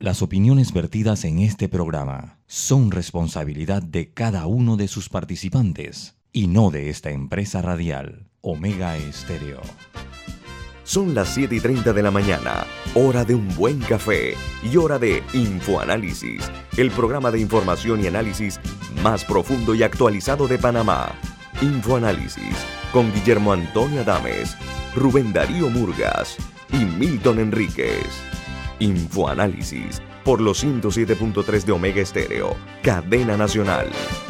Las opiniones vertidas en este programa son responsabilidad de cada uno de sus participantes y no de esta empresa radial, Omega Estéreo. Son las 7:30 de la mañana, hora de un buen café y hora de Infoanálisis, el programa de información y análisis más profundo y actualizado de Panamá. Infoanálisis, con Guillermo Antonio Adames, Rubén Darío Murgas y Milton Enríquez. Infoanálisis, por los 107.3 de Omega Estéreo, cadena nacional.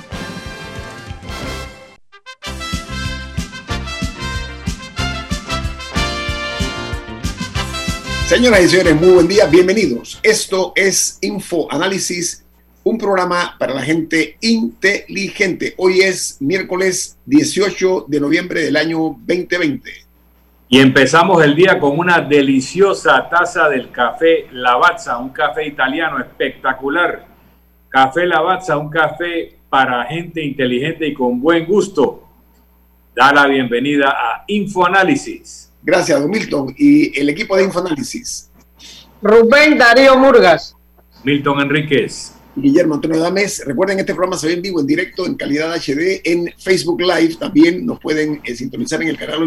Señoras y señores, muy buen día, bienvenidos. Esto es Infoanálisis, un programa para la gente inteligente. Hoy es miércoles 18 de noviembre del año 2020. Y empezamos el día con una deliciosa taza del café Lavazza, un café italiano espectacular. Café Lavazza, un café para gente inteligente y con buen gusto. Da la bienvenida a Infoanálisis. Gracias, don Milton. Y el equipo de Infoanálisis: Rubén Darío Murgas, Milton Enríquez, Guillermo Antonio Adames. Recuerden, este programa se ve en vivo, en directo, en calidad HD, en Facebook Live. También nos pueden sintonizar en el canal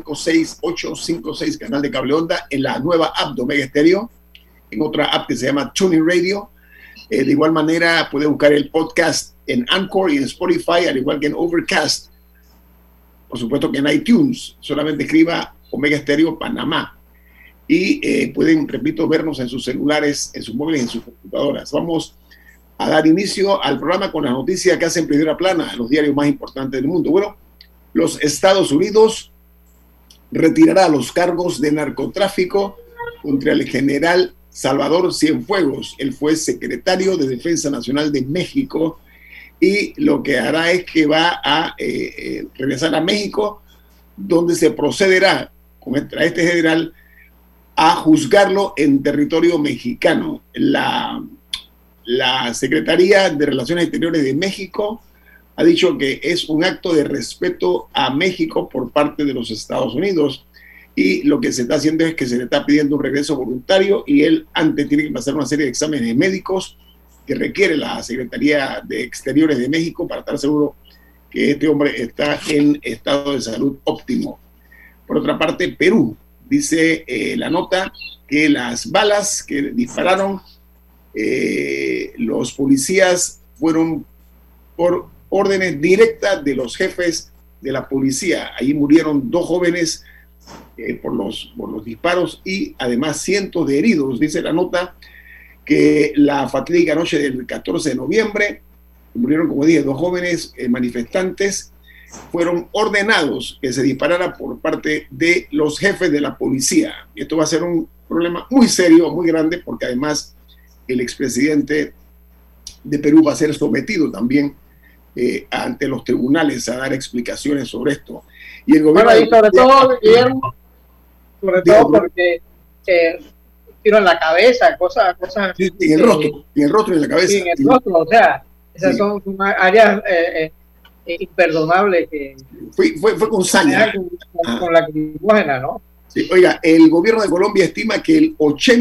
856, canal de cable onda, en la nueva app de Omega Estéreo, en otra app que se llama TuneIn Radio. De igual manera, puede buscar el podcast en Anchor y en Spotify, al igual que en Overcast. Por supuesto que en iTunes, solamente escriba Omega Estéreo Panamá. Y pueden, repito, vernos en sus celulares, en sus móviles, en sus computadoras. Vamos a dar inicio al programa con las noticias que hacen primera plana a los diarios más importantes del mundo. Bueno, los Estados Unidos retirará los cargos de narcotráfico contra el general Salvador Cienfuegos. Él fue secretario de Defensa Nacional de México y lo que hará es que va a regresar a México, donde se procederá contra este general a juzgarlo en territorio mexicano. La Secretaría de Relaciones Exteriores de México ha dicho que es un acto de respeto a México por parte de los Estados Unidos, y lo que se está haciendo es que se le está pidiendo un regreso voluntario, y él antes tiene que pasar una serie de exámenes médicos que requiere la Secretaría de Exteriores de México para estar seguro que este hombre está en estado de salud óptimo. Por otra parte, Perú, dice la nota, que las balas que dispararon los policías fueron por órdenes directas de los jefes de la policía. Allí murieron 2 jóvenes por los disparos, y además cientos de heridos. Dice la nota que la fatídica noche del 14 de noviembre murieron, como dije, 2 jóvenes manifestantes. Fueron ordenados que se disparara por parte de los jefes de la policía. Y esto va a ser un problema muy serio, muy grande, porque además el expresidente de Perú va a ser sometido también ante los tribunales a dar explicaciones sobre esto. Y el gobierno... Bueno, y sobre todo, Guillermo, porque tiro en la cabeza, cosas sí, en el rostro, en la cabeza. Sí, en el rostro, o sea, esas son áreas imperdonables que... Fue con saña. Con la lacrimógena, ¿no? Sí, oiga, el gobierno de Colombia estima que el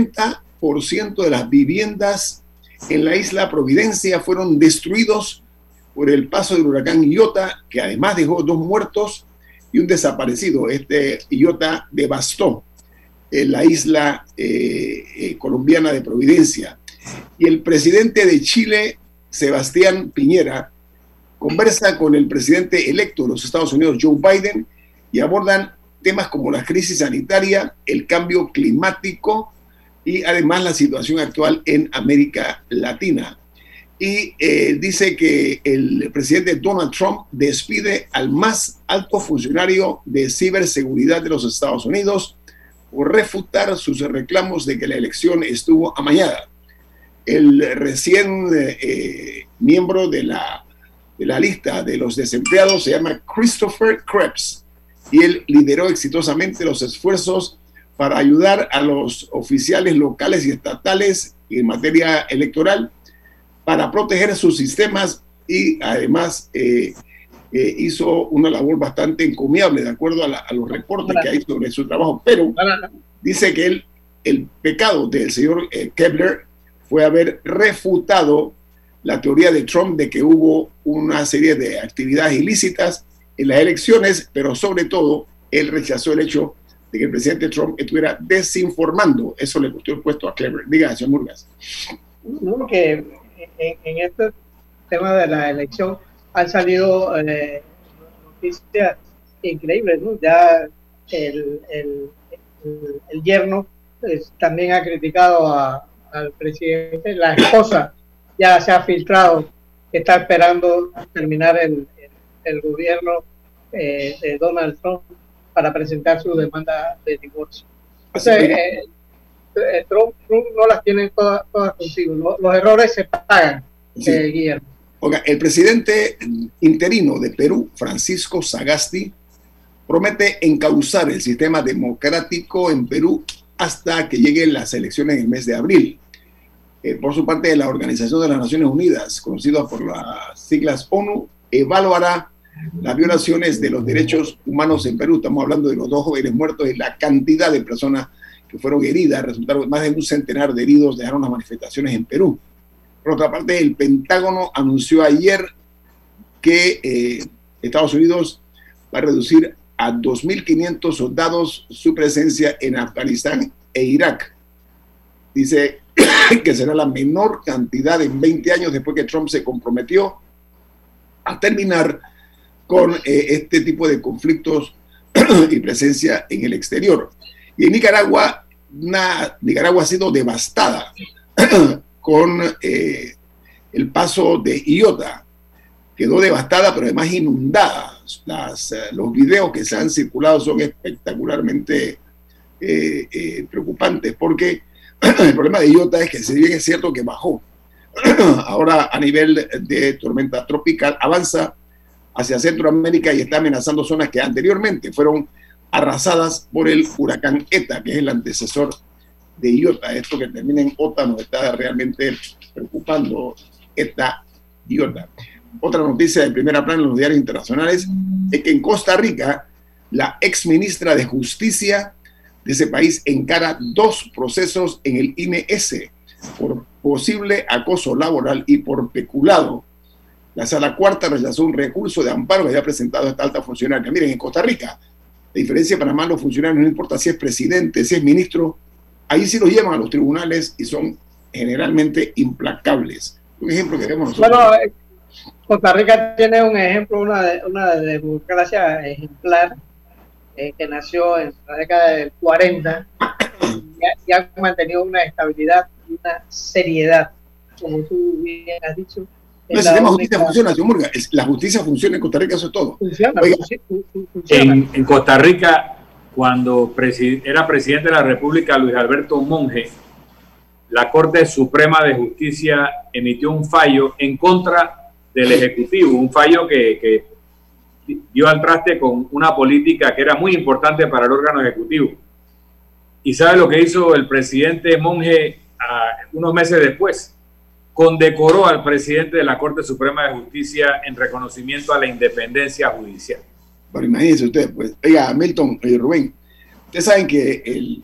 80% de las viviendas en la isla Providencia fueron destruidos por el paso del huracán Iota, que además dejó 2 muertos y un desaparecido. Este Iota devastó la isla colombiana de Providencia. Y el presidente de Chile, Sebastián Piñera, conversa con el presidente electo de los Estados Unidos, Joe Biden, y abordan temas como la crisis sanitaria, el cambio climático y además la situación actual en América Latina. Y dice que el presidente Donald Trump despide al más alto funcionario de ciberseguridad de los Estados Unidos por refutar sus reclamos de que la elección estuvo amañada. El recién miembro de la lista de los desempleados se llama Christopher Krebs, y él lideró exitosamente los esfuerzos para ayudar a los oficiales locales y estatales en materia electoral para proteger sus sistemas, y además hizo una labor bastante encomiable de acuerdo a los reportes que hay sobre su trabajo. Pero dice que el pecado del señor Kepler fue haber refutado la teoría de Trump de que hubo una serie de actividades ilícitas en las elecciones, pero sobre todo él rechazó el hecho de que el presidente Trump estuviera desinformando. Eso le costó el puesto a Clever. Diga, señor Murgas. No, que en este tema de la elección han salido noticias increíbles, ¿no? Ya el yerno también ha criticado al presidente. La esposa ya se ha filtrado que está esperando terminar el gobierno de Donald Trump para presentar su demanda de divorcio. Entonces, Trump no las tiene todas consigo. Los errores se pagan, sí. Guillermo. Oiga, el presidente interino de Perú, Francisco Sagasti, promete encauzar el sistema democrático en Perú hasta que lleguen las elecciones en el mes de abril. Por su parte, la Organización de las Naciones Unidas, conocida por las siglas ONU, evaluará las violaciones de los derechos humanos en Perú. Estamos hablando de los 2 jóvenes muertos y la cantidad de personas que fueron heridas. Resultaron más de un centenar de heridos, dejaron las manifestaciones en Perú. Por otra parte, el Pentágono anunció ayer que Estados Unidos va a reducir a 2.500 soldados su presencia en Afganistán e Irak. Dice que será la menor cantidad en 20 años después que Trump se comprometió a terminar con este tipo de conflictos y presencia en el exterior. Y en Nicaragua, Nicaragua ha sido devastada con el paso de Iota. Quedó devastada, pero además inundada. Los videos que se han circulado son espectacularmente preocupantes, porque el problema de Iota es que, si bien es cierto que bajó, ahora a nivel de tormenta tropical avanza hacia Centroamérica y está amenazando zonas que anteriormente fueron arrasadas por el huracán ETA, que es el antecesor de Iota. Esto que termina en OTA nos está realmente preocupando, ETA, Iota. Otra noticia de primera plana en los diarios internacionales es que en Costa Rica la ex ministra de Justicia de ese país encara 2 procesos en el INS por posible acoso laboral y por peculado. La Sala Cuarta rechazó un recurso de amparo que había presentado esta alta funcionaria. Miren, en Costa Rica, la diferencia de Panamá, los funcionarios, no importa si es presidente, si es ministro, ahí sí los llevan a los tribunales y son generalmente implacables. Un ejemplo que vemos nosotros. Bueno, Costa Rica tiene un ejemplo, una democracia ejemplar que nació en la década del 40 y ha mantenido una estabilidad y una seriedad, como tú bien has dicho. No, el sistema de justicia funciona, señor Murga. La justicia funciona en Costa Rica, eso es todo. Funciona. En Costa Rica, cuando era presidente de la República Luis Alberto Monge, la Corte Suprema de Justicia emitió un fallo en contra del Ejecutivo, un fallo que dio al traste con una política que era muy importante para el órgano ejecutivo. ¿Y sabe lo que hizo el presidente Monge unos meses después? Condecoró al presidente de la Corte Suprema de Justicia en reconocimiento a la independencia judicial. Pero imagínense ustedes, pues, oiga, Milton y Rubén, ustedes saben que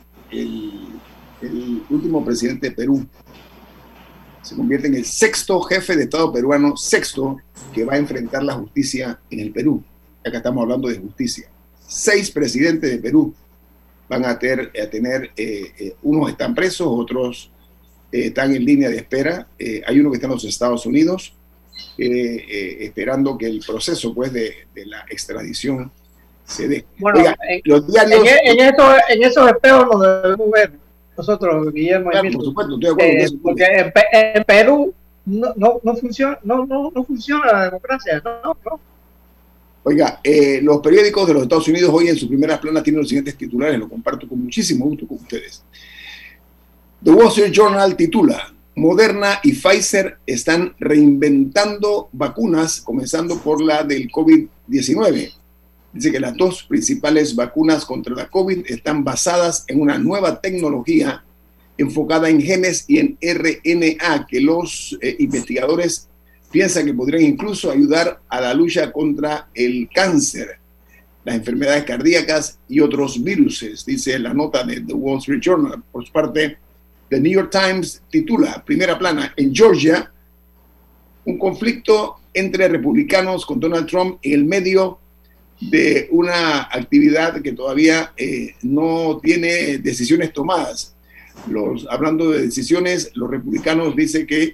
el último presidente de Perú se convierte en el 6º jefe de Estado peruano, 6º, que va a enfrentar la justicia en el Perú. Acá estamos hablando de justicia. 6 presidentes de Perú van a tener unos están presos, otros están en línea de espera. Hay uno que está en los Estados Unidos, esperando que el proceso, pues, de la extradición se dé. Bueno, oiga, los diarios... en esos espejos nos debemos ver nosotros, Guillermo y Milton. Por supuesto, estoy de acuerdo con eso. Porque en Perú no funciona la democracia, no. Oiga, los periódicos de los Estados Unidos hoy en sus primeras planas tienen los siguientes titulares, lo comparto con muchísimo gusto con ustedes. The Wall Street Journal titula: Moderna y Pfizer están reinventando vacunas, comenzando por la del COVID-19. Dice que las 2 principales vacunas contra la COVID están basadas en una nueva tecnología enfocada en genes y en RNA, que los investigadores piensan que podrían incluso ayudar a la lucha contra el cáncer, las enfermedades cardíacas y otros viruses, dice la nota de The Wall Street Journal. Por su parte, The New York Times titula, primera plana, en Georgia, un conflicto entre republicanos con Donald Trump en el medio de una actividad que todavía no tiene decisiones tomadas. Hablando de decisiones, los republicanos dicen que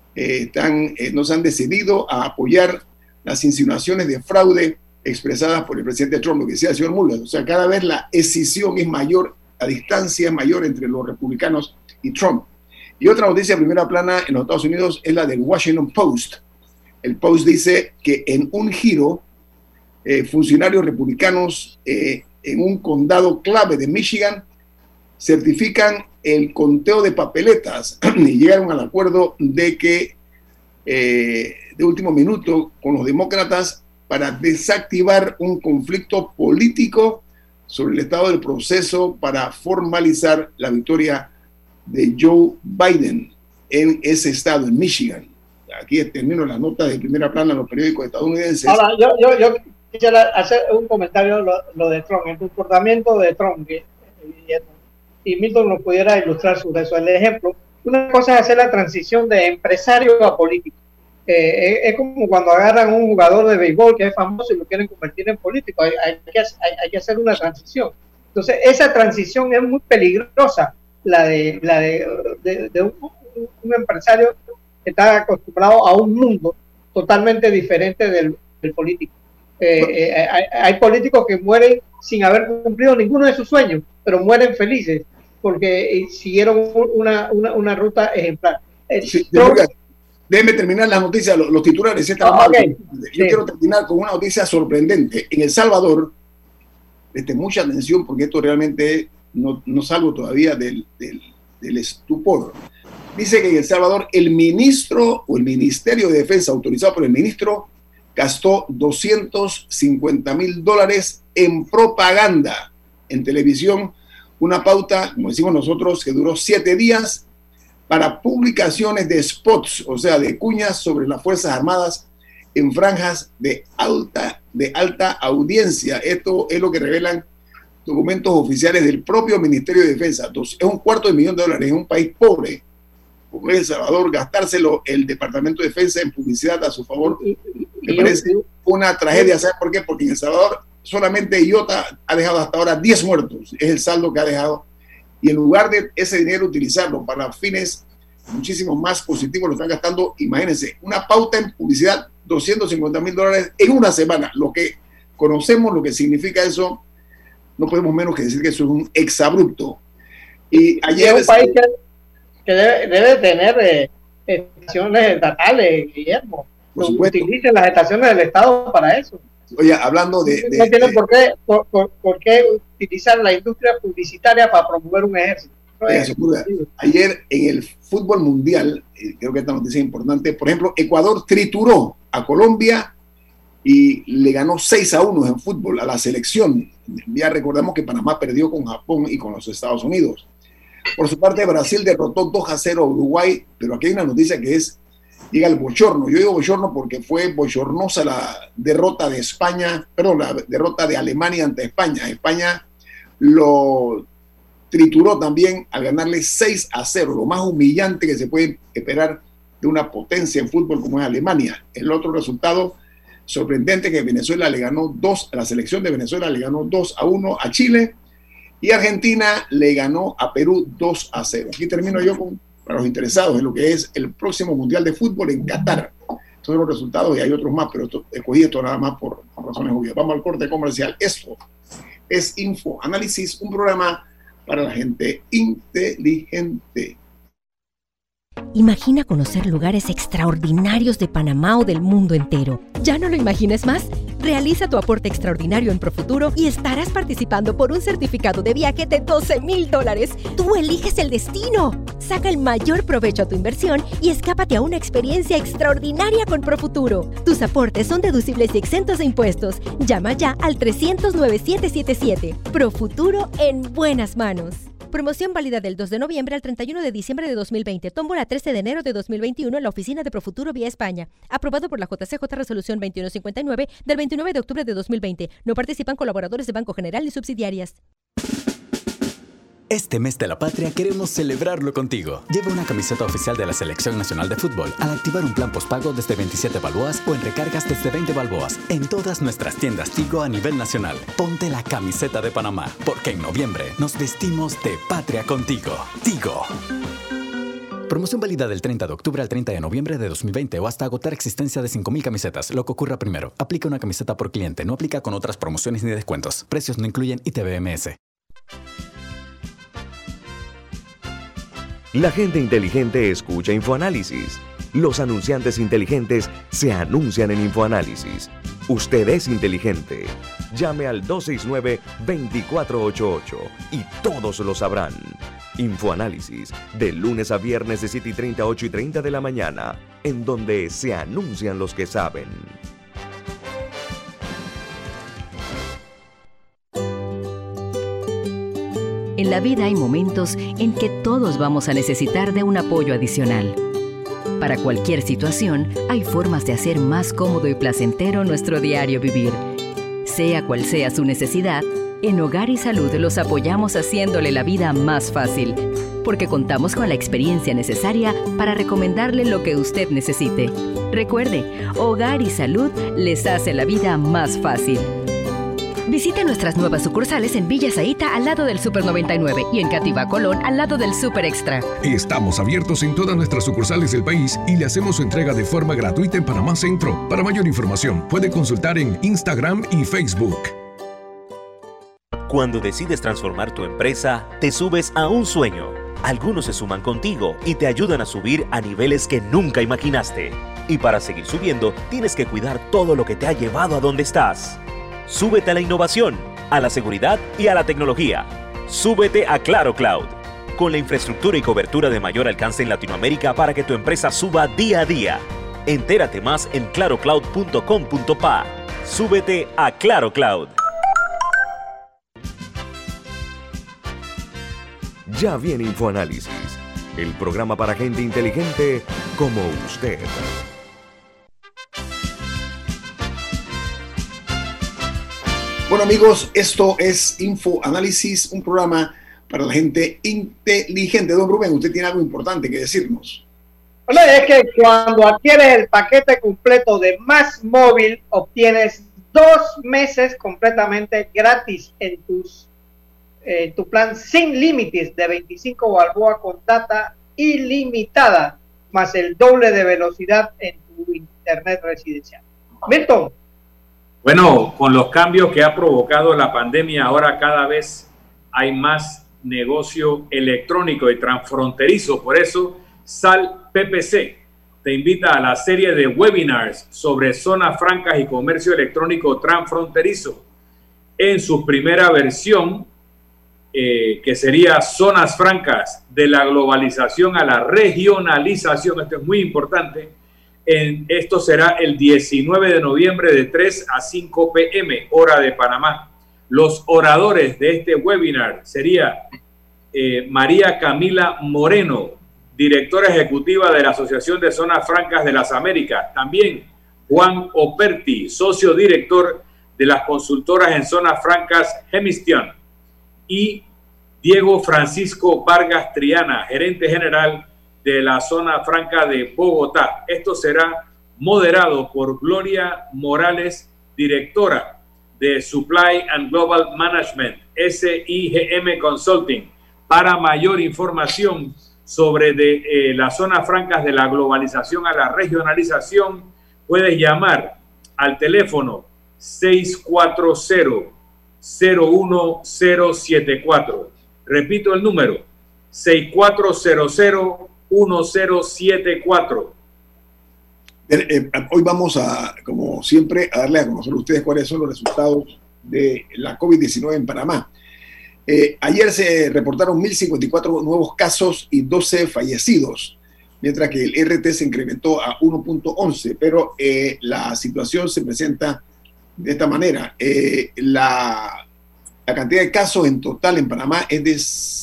no se han decidido a apoyar las insinuaciones de fraude expresadas por el presidente Trump, lo que decía el señor Mueller. O sea, cada vez la escisión es mayor, la distancia es mayor entre los republicanos y Trump. Y otra noticia de primera plana en los Estados Unidos es la del Washington Post. El Post dice que en un giro, funcionarios republicanos en un condado clave de Michigan certifican el conteo de papeletas y llegaron al acuerdo de que de último minuto con los demócratas para desactivar un conflicto político sobre el estado del proceso para formalizar la victoria de Joe Biden en ese estado, en Michigan. Aquí termino las notas de primera plana en los periódicos estadounidenses. Ahora, yo quisiera hacer un comentario lo de Trump, el comportamiento de Trump, y Milton nos pudiera ilustrar sobre eso. El ejemplo, una cosa es hacer la transición de empresario a político. Es como cuando agarran un jugador de béisbol que es famoso y lo quieren convertir en político. Hay que hacer una transición. Entonces, esa transición es muy peligrosa, la de un empresario que está acostumbrado a un mundo totalmente diferente del político. Hay políticos que mueren sin haber cumplido ninguno de sus sueños, pero mueren felices porque siguieron una ruta ejemplar. Sí, déjeme terminar las noticias, los titulares. Okay. Yo quiero terminar con una noticia sorprendente. En El Salvador, mucha atención porque esto realmente no salgo todavía del estupor. Dice que en El Salvador el ministro o el Ministerio de Defensa autorizado por el ministro gastó $250,000 en propaganda en televisión, una pauta, como decimos nosotros, que duró 7 días para publicaciones de spots, o sea, de cuñas sobre las Fuerzas Armadas en franjas de alta audiencia. Esto es lo que revelan documentos oficiales del propio Ministerio de Defensa. Entonces, es $250,000 en un país pobre como es El Salvador, gastárselo el Departamento de Defensa en publicidad a su favor, me parece una tragedia. ¿Sabes por qué? Porque en El Salvador solamente IOTA ha dejado hasta ahora 10 muertos, es el saldo que ha dejado, y en lugar de ese dinero utilizarlo para fines muchísimo más positivos, lo están gastando, imagínense, una pauta en publicidad, $250,000 en una semana. Lo que conocemos, lo que significa eso, no podemos menos que decir que eso es un exabrupto. Y ayer... Es un país que debe tener estaciones estatales, Guillermo. Utilicen las estaciones del Estado para eso. Oye, hablando de... No tienen por qué utilizar la industria publicitaria para promover un ejército. Ayer en el fútbol mundial, creo que esta noticia es importante, por ejemplo, Ecuador trituró a Colombia y le ganó 6-1 en fútbol a la selección. Ya recordamos que Panamá perdió con Japón y con los Estados Unidos. Por su parte, Brasil derrotó 2-0 a Uruguay, pero aquí hay una noticia que llega el bochorno. Yo digo bochorno porque fue bochornosa la derrota de España, perdón, la derrota de Alemania ante España. España lo trituró también al ganarle 6-0, lo más humillante que se puede esperar de una potencia en fútbol como es Alemania. El otro resultado sorprendente que Venezuela le ganó la selección de Venezuela le ganó 2-1 a Chile y Argentina le ganó a Perú 2-0. Aquí termino yo para los interesados en lo que es el próximo Mundial de Fútbol en Qatar. Estos son los resultados y hay otros más, pero escogí esto nada más por razones obvias. Vamos al corte comercial. Esto es Info Análisis, un programa para la gente inteligente. Imagina conocer lugares extraordinarios de Panamá o del mundo entero. ¿Ya no lo imagines más? Realiza tu aporte extraordinario en Profuturo y estarás participando por un certificado de viaje de $12,000. ¡Tú eliges el destino! Saca el mayor provecho a tu inversión y escápate a una experiencia extraordinaria con Profuturo. Tus aportes son deducibles y exentos de impuestos. Llama ya al 300-9777. Profuturo en buenas manos. Promoción válida del 2 de noviembre al 31 de diciembre de 2020. Tómbola 13 de enero de 2021 en la oficina de Profuturo vía España. Aprobado por la JCJ Resolución 2159 del 29 de octubre de 2020. No participan colaboradores de Banco General ni subsidiarias. 6:30 de la mañana, hora de Info Análisis, un programa para la gente inteligente. Imagina conocer lugares extraordinarios de Panamá o del mundo entero. ¿Ya no lo imaginas más? Realiza tu aporte extraordinario en Profuturo y estarás participando por un certificado de viaje de $12,000. ¿Tú eliges el destino? Saca el mayor provecho a tu inversión y escápate a una experiencia extraordinaria con Profuturo. Tus aportes son deducibles y exentos de impuestos. Llama ya al 300-9777. Profuturo en buenas manos. Este mes de la patria queremos celebrarlo contigo. Lleva una camiseta oficial de la Selección Nacional de Fútbol al activar un plan postpago desde 27 balboas o en recargas desde 20 balboas en todas nuestras tiendas Tigo a nivel nacional. Ponte la camiseta de Panamá, porque en noviembre nos vestimos de patria contigo. Tigo. Promoción válida del 30 de octubre al 30 de noviembre de 2020 o hasta agotar existencia de 5,000 camisetas. Lo que ocurra primero. Aplica una camiseta por cliente. No aplica con otras promociones ni descuentos. Precios no incluyen ITBMS. La gente inteligente escucha InfoAnálisis. Los anunciantes inteligentes se anuncian en InfoAnálisis. Usted es inteligente. Llame al 269-2488 y todos lo sabrán. InfoAnálisis, de lunes a viernes de 7:30 a 8:30 de la mañana, en donde se anuncian los que saben. En la vida hay momentos en que todos vamos a necesitar de un apoyo adicional. Para cualquier situación, hay formas de hacer más cómodo y placentero nuestro diario vivir. Sea cual sea su necesidad, en Hogar y Salud los apoyamos haciéndole la vida más fácil, porque contamos con la experiencia necesaria para recomendarle lo que usted necesite. Recuerde, Hogar y Salud les hace la vida más fácil. Visite nuestras nuevas sucursales en Villa Zaita al lado del Super 99 y en Cativa Colón al lado del Super Extra. Estamos abiertos en todas nuestras sucursales del país y le hacemos su entrega de forma gratuita en Panamá Centro. Para mayor información, puede consultar en Instagram y Facebook. Cuando decides transformar tu empresa, te subes a un sueño. Algunos se suman contigo y te ayudan a subir a niveles que nunca imaginaste. Y para seguir subiendo, tienes que cuidar todo lo que te ha llevado a donde estás. Súbete a la innovación, a la seguridad y a la tecnología. Súbete a Claro Cloud, con la infraestructura y cobertura de mayor alcance en Latinoamérica para que tu empresa suba día a día. Entérate más en clarocloud.com.pa. Súbete a Claro Cloud. Ya viene InfoAnálisis, el programa para gente inteligente como usted. Bueno, amigos, esto es InfoAnálisis, un programa para la gente inteligente. Don Rubén, usted tiene algo importante que decirnos. Bueno, es que cuando adquieres el paquete completo de Más Móvil, obtienes 2 meses completamente gratis en tu plan sin límites de 25 balboa con data ilimitada, más el doble de velocidad en tu internet residencial. Milton. Bueno, con los cambios que ha provocado la pandemia, ahora cada vez hay más negocio electrónico y transfronterizo. Por eso, SAL PPC te invita a la serie de webinars sobre zonas francas y comercio electrónico transfronterizo. En su primera versión, que sería zonas francas de la globalización a la regionalización. Esto es muy importante. Esto será el 19 de noviembre de 3 a 5 p.m., hora de Panamá. Los oradores de este webinar sería María Camila Moreno, directora ejecutiva de la Asociación de Zonas Francas de las Américas. También Juan Operti, socio director de las consultoras en zonas francas Hemistion. Y Diego Francisco Vargas Triana, gerente general de la zona franca de Bogotá. Esto será moderado por Gloria Morales, directora de Supply and Global Management, SIGM Consulting. Para mayor información sobre las zonas francas de la globalización a la regionalización, puedes llamar al teléfono 640-01074. Repito el número, 6400-1074. Hoy vamos a, como siempre, a darle a conocer a ustedes cuáles son los resultados de la COVID-19 en Panamá. Ayer se reportaron 1.054 nuevos casos y 12 fallecidos, mientras que el RT se incrementó a 1.11, pero la situación se presenta de esta manera. La cantidad de casos en total en Panamá es de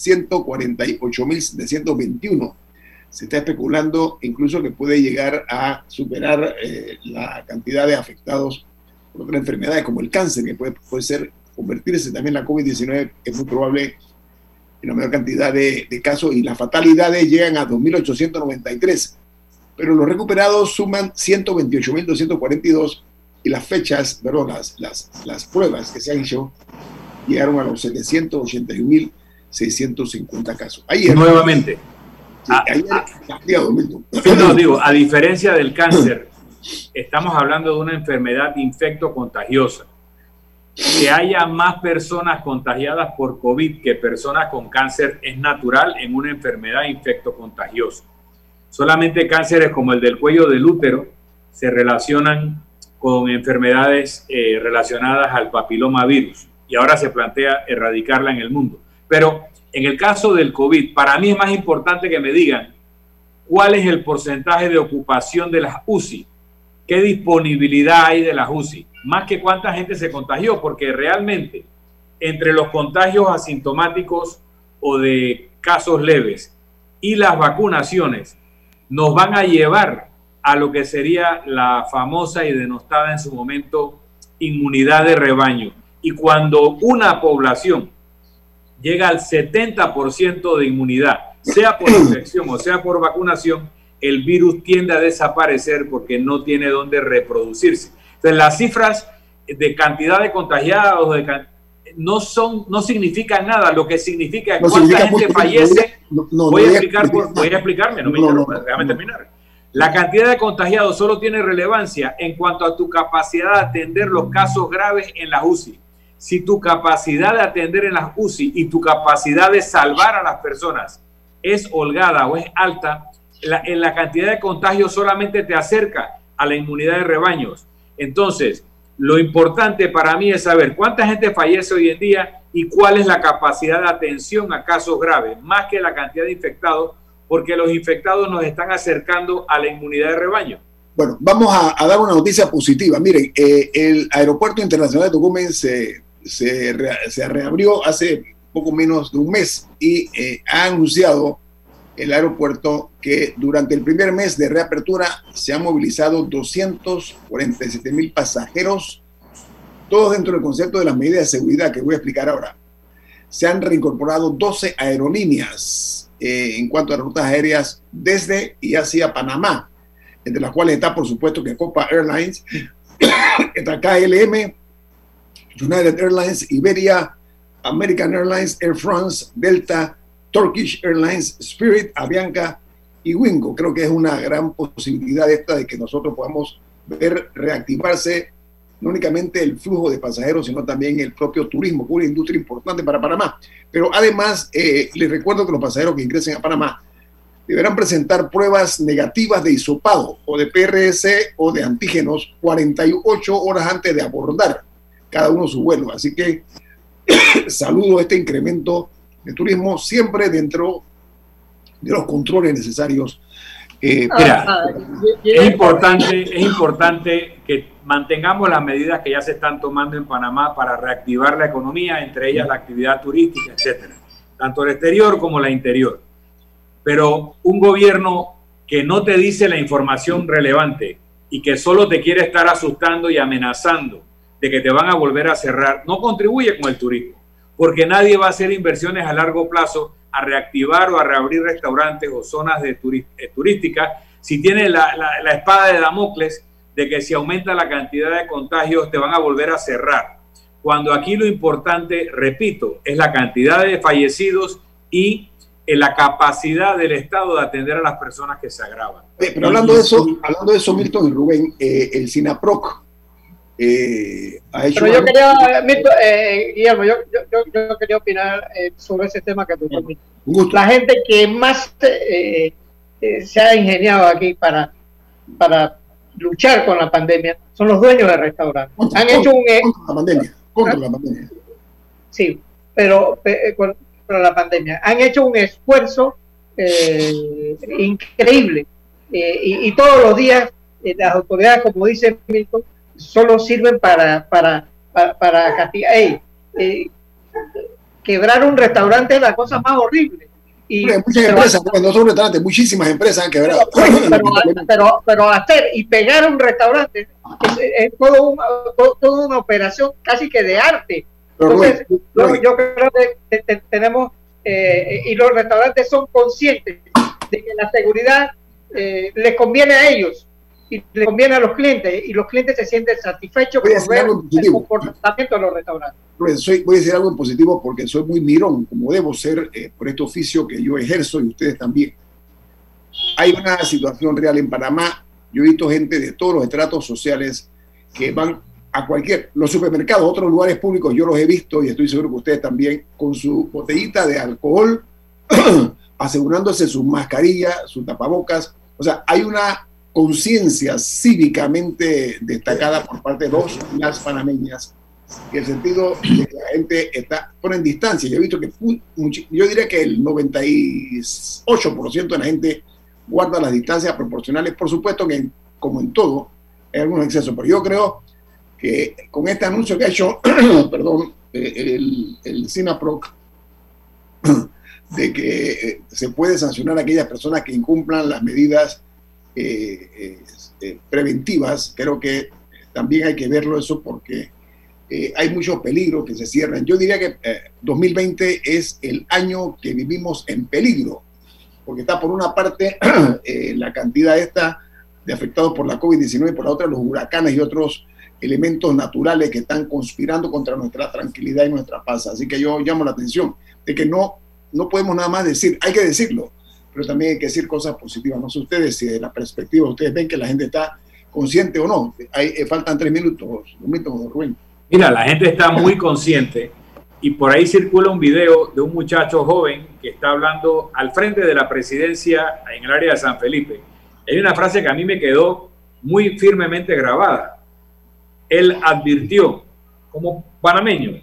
148.721. Se está especulando incluso que puede llegar a superar la cantidad de afectados por otras enfermedades como el cáncer, que puede convertirse también en la COVID-19. Es muy probable la mayor cantidad de casos, y las fatalidades llegan a 2.893. Pero los recuperados suman 128.242 y las fechas, perdón, las pruebas que se han hecho llegaron a los 781.650 casos. Ayer, nuevamente. Sí, ayer cambiado, Milton. No, digo, a diferencia del cáncer, estamos hablando de una enfermedad infecto-contagiosa. Que haya más personas contagiadas por COVID que personas con cáncer es natural en una enfermedad infecto-contagiosa. Solamente cánceres como el del cuello del útero se relacionan con enfermedades relacionadas al papilomavirus y ahora se plantea erradicarla en el mundo. Pero en el caso del COVID, para mí es más importante que me digan cuál es el porcentaje de ocupación de las UCI, qué disponibilidad hay de las UCI, más que cuánta gente se contagió, porque realmente entre los contagios asintomáticos o de casos leves y las vacunaciones nos van a llevar a lo que sería la famosa y denostada en su momento inmunidad de rebaño. Y cuando una población llega al 70% de inmunidad, sea por infección o sea por vacunación, el virus tiende a desaparecer porque no tiene dónde reproducirse. Entonces, las cifras de cantidad de contagiados no significan nada. Lo que significa es cuánta gente fallece. Voy a explicarme, déjame terminar. La cantidad de contagiados solo tiene relevancia en cuanto a tu capacidad de atender los casos graves en las UCI. Si tu capacidad de atender en las UCI y tu capacidad de salvar a las personas es holgada o es alta, en la cantidad de contagios solamente te acerca a la inmunidad de rebaños. Entonces, lo importante para mí es saber cuánta gente fallece hoy en día y cuál es la capacidad de atención a casos graves, más que la cantidad de infectados, porque los infectados nos están acercando a la inmunidad de rebaño. Bueno, vamos a dar una noticia positiva. Miren, el Aeropuerto Internacional de Tocumen se reabrió hace poco menos de un mes y ha anunciado el aeropuerto que durante el primer mes de reapertura se han movilizado 247,000 pasajeros, todos dentro del concepto de las medidas de seguridad que voy a explicar ahora. Se han reincorporado 12 aerolíneas en cuanto a rutas aéreas desde y hacia Panamá, entre las cuales está, por supuesto, que Copa Airlines, está KLM, United Airlines, Iberia, American Airlines, Air France, Delta, Turkish Airlines, Spirit, Avianca y Wingo. Creo que es una gran posibilidad esta de que nosotros podamos ver reactivarse no únicamente el flujo de pasajeros, sino también el propio turismo, una industria importante para Panamá. Pero además, les recuerdo que los pasajeros que ingresen a Panamá deberán presentar pruebas negativas de hisopado o de PRS o de antígenos 48 horas antes de abordar cada uno su vuelo. Así que saludo este incremento de turismo siempre dentro de los controles necesarios. Mira, es importante que mantengamos las medidas que ya se están tomando en Panamá para reactivar la economía, entre ellas la actividad turística, etcétera, tanto el exterior como la interior. Pero un gobierno que no te dice la información relevante y que solo te quiere estar asustando y amenazando de que te van a volver a cerrar, no contribuye con el turismo, porque nadie va a hacer inversiones a largo plazo a reactivar o a reabrir restaurantes o zonas de turísticas si tiene la espada de Damocles de que si aumenta la cantidad de contagios te van a volver a cerrar. Cuando aquí lo importante, repito, es la cantidad de fallecidos y la capacidad del Estado de atender a las personas que se agravan. Pero hablando de eso, Milton y Rubén, el SINAPROC ha hecho... Pero yo quería, Guillermo, yo quería opinar sobre ese tema que tú comentas. La gente que más se ha ingeniado aquí para luchar con la pandemia son los dueños de restaurantes. Contra la pandemia. Sí, pero contra la pandemia. Han hecho un esfuerzo increíble y todos los días las autoridades, como dice Milton, solo sirven para castigar. Quebrar un restaurante es la cosa más horrible. Y muchas empresas, no son restaurantes, muchísimas empresas han quebrado. Pero hacer y pegar un restaurante es toda una operación casi que de arte. Entonces, yo creo que tenemos y los restaurantes son conscientes de que la seguridad les conviene a ellos y les conviene a los clientes, y los clientes se sienten satisfechos por ver el comportamiento de los restaurantes. Voy a decir algo en positivo porque soy muy mirón, como debo ser por este oficio que yo ejerzo y ustedes también. Hay una situación real en Panamá. Yo he visto gente de todos los estratos sociales que van a los supermercados, otros lugares públicos, yo los he visto y estoy seguro que ustedes también, con su botellita de alcohol, asegurándose su mascarilla, su tapabocas. O sea, hay una conciencia cívicamente destacada por parte de las panameñas, en el sentido de que la gente pone en distancia. Yo he visto que yo diría que el 98% de la gente guarda las distancias proporcionales. Por supuesto que, como en todo, hay algunos excesos, pero yo creo que con este anuncio que ha hecho el SINAPROC de que se puede sancionar a aquellas personas que incumplan las medidas preventivas, creo que también hay que verlo eso, porque hay muchos peligros que se cierran. Yo diría que 2020 es el año que vivimos en peligro, porque está por una parte la cantidad de afectados por la COVID-19 y por la otra los huracanes y otros elementos naturales que están conspirando contra nuestra tranquilidad y nuestra paz. Así que yo llamo la atención de que no podemos nada más decir, hay que decirlo, pero también hay que decir cosas positivas. No sé ustedes si de la perspectiva ustedes ven que la gente está consciente o no. Faltan 3 minutos, Rubén. Mira, la gente está muy consciente y por ahí circula un video de un muchacho joven que está hablando al frente de la presidencia en el área de San Felipe. Hay una frase que a mí me quedó muy firmemente grabada. Él advirtió, como panameño,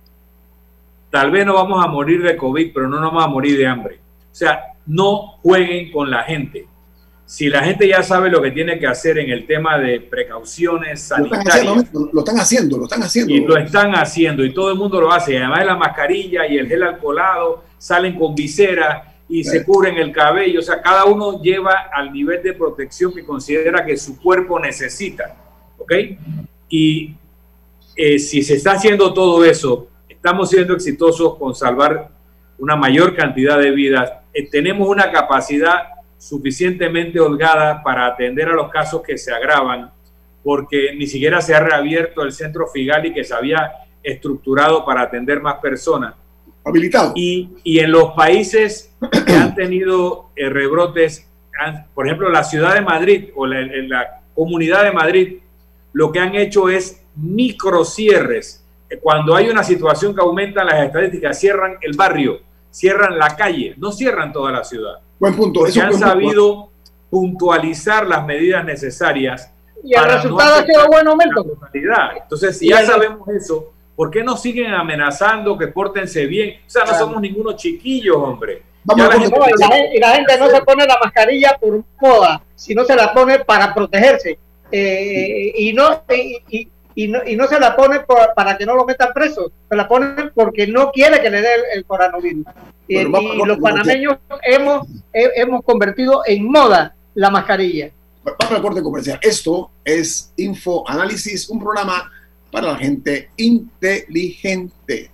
tal vez no vamos a morir de COVID, pero no nos vamos a morir de hambre. O sea, no jueguen con la gente. Si la gente ya sabe lo que tiene que hacer en el tema de precauciones sanitarias. Lo están haciendo. Y lo están haciendo, y todo el mundo lo hace. Y además de la mascarilla y el gel alcoholado, salen con visera y se cubren el cabello. O sea, cada uno lleva al nivel de protección que considera que su cuerpo necesita. ¿Ok? Y si se está haciendo todo eso, estamos siendo exitosos con salvar una mayor cantidad de vidas. Tenemos una capacidad suficientemente holgada para atender a los casos que se agravan, porque ni siquiera se ha reabierto el centro Figali que se había estructurado para atender más personas. Habilitado. Y en los países que han tenido rebrotes, por ejemplo, la ciudad de Madrid o la comunidad de Madrid, lo que han hecho es microcierres. Cuando hay una situación que aumenta las estadísticas, cierran el barrio, cierran la calle, no cierran toda la ciudad. Buen punto. Porque han sabido puntualizar las medidas necesarias. Y el resultado ha sido bueno, Milton. Entonces, si ya sabemos eso, ¿por qué nos siguen amenazando que pórtense bien? O sea, no somos ningunos chiquillos, hombre. Y la gente no se pone la mascarilla por moda, sino se la pone para protegerse. Y no se la pone para que no lo metan preso, se la ponen porque no quiere que le dé el coronavirus. Y los panameños hemos convertido en moda la mascarilla. Vamos al corte comercial. Esto es InfoAnálisis, un programa para la gente inteligente.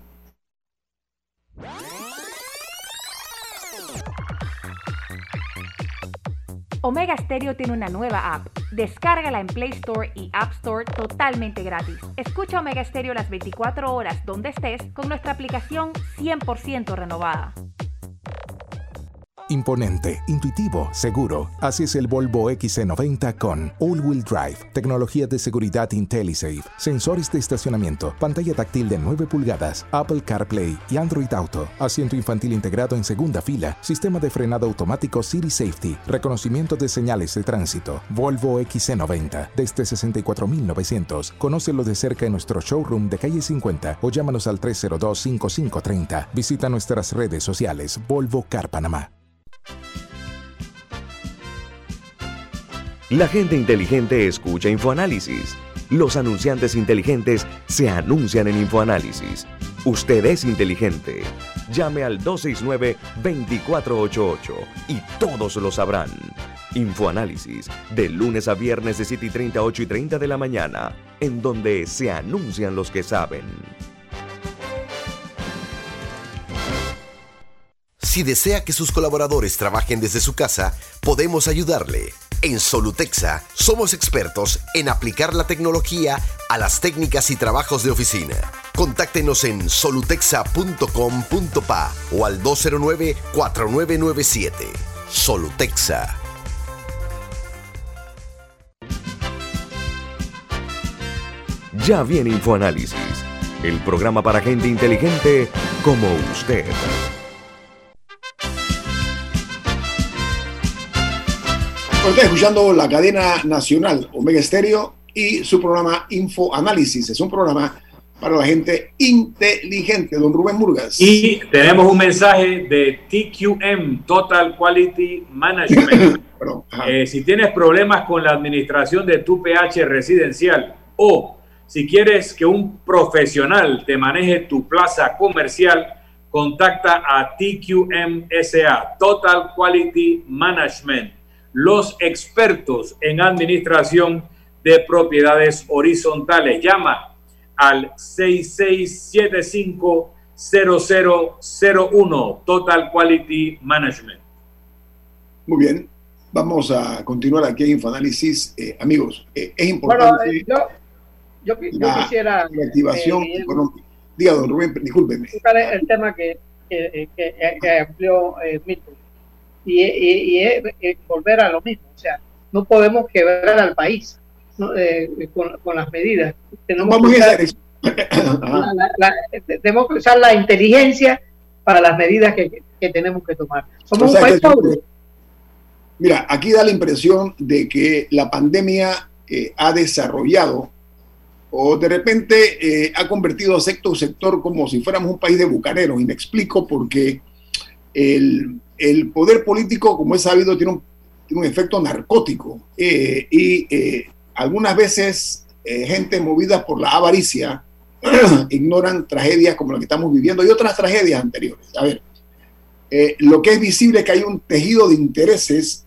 Omega Stereo tiene una nueva app. Descárgala en Play Store y App Store totalmente gratis. Escucha Omega Stereo las 24 horas donde estés con nuestra aplicación 100% renovada. Imponente, intuitivo, seguro. Así es el Volvo XC90 con All-Wheel Drive, tecnología de seguridad IntelliSafe, sensores de estacionamiento, pantalla táctil de 9 pulgadas, Apple CarPlay y Android Auto, asiento infantil integrado en segunda fila, sistema de frenado automático City Safety, reconocimiento de señales de tránsito. Volvo XC90 desde 64.900. Conócelo de cerca en nuestro showroom de calle 50 o llámanos al 302-5530. Visita nuestras redes sociales Volvo Car Panamá. La gente inteligente escucha InfoAnálisis. Los anunciantes inteligentes se anuncian en InfoAnálisis. Usted es inteligente. Llame al 269-2488 y todos lo sabrán. InfoAnálisis, de lunes a viernes de 7:30 a 8:30 de la mañana, en donde se anuncian los que saben. Si desea que sus colaboradores trabajen desde su casa, podemos ayudarle. En Solutexa somos expertos en aplicar la tecnología a las técnicas y trabajos de oficina. Contáctenos en solutexa.com.pa o al 209-4997. Solutexa. Ya viene InfoAnálisis, el programa para gente inteligente como usted. Está escuchando la cadena nacional Omega Estéreo y su programa InfoAnálisis. Es un programa para la gente inteligente, don Rubén Murgas. Y tenemos un mensaje de TQM, Total Quality Management. Si tienes problemas con la administración de tu PH residencial o si quieres que un profesional te maneje tu plaza comercial, contacta a TQM SA, Total Quality Management, los expertos en administración de propiedades horizontales. Llama al 6675-0001, Total Quality Management. Muy bien, vamos a continuar aquí en InfoAnálisis. Amigos, es importante... Bueno, yo quisiera... La activación económica. Diga, don Rubén, discúlpeme. El tema que amplió Milton. Y es volver a lo mismo. O sea, no podemos quebrar al país, ¿no? Con las medidas. Tenemos que usar la inteligencia para las medidas que tenemos que tomar. Somos un país pobre. Mira, aquí da la impresión de que la pandemia ha desarrollado o de repente ha convertido a sector como si fuéramos un país de bucaneros. Y me explico porque el poder político, como es sabido, tiene un efecto narcótico y algunas veces gente movida por la avaricia ignoran tragedias como la que estamos viviendo y otras tragedias anteriores. A ver, lo que es visible es que hay un tejido de intereses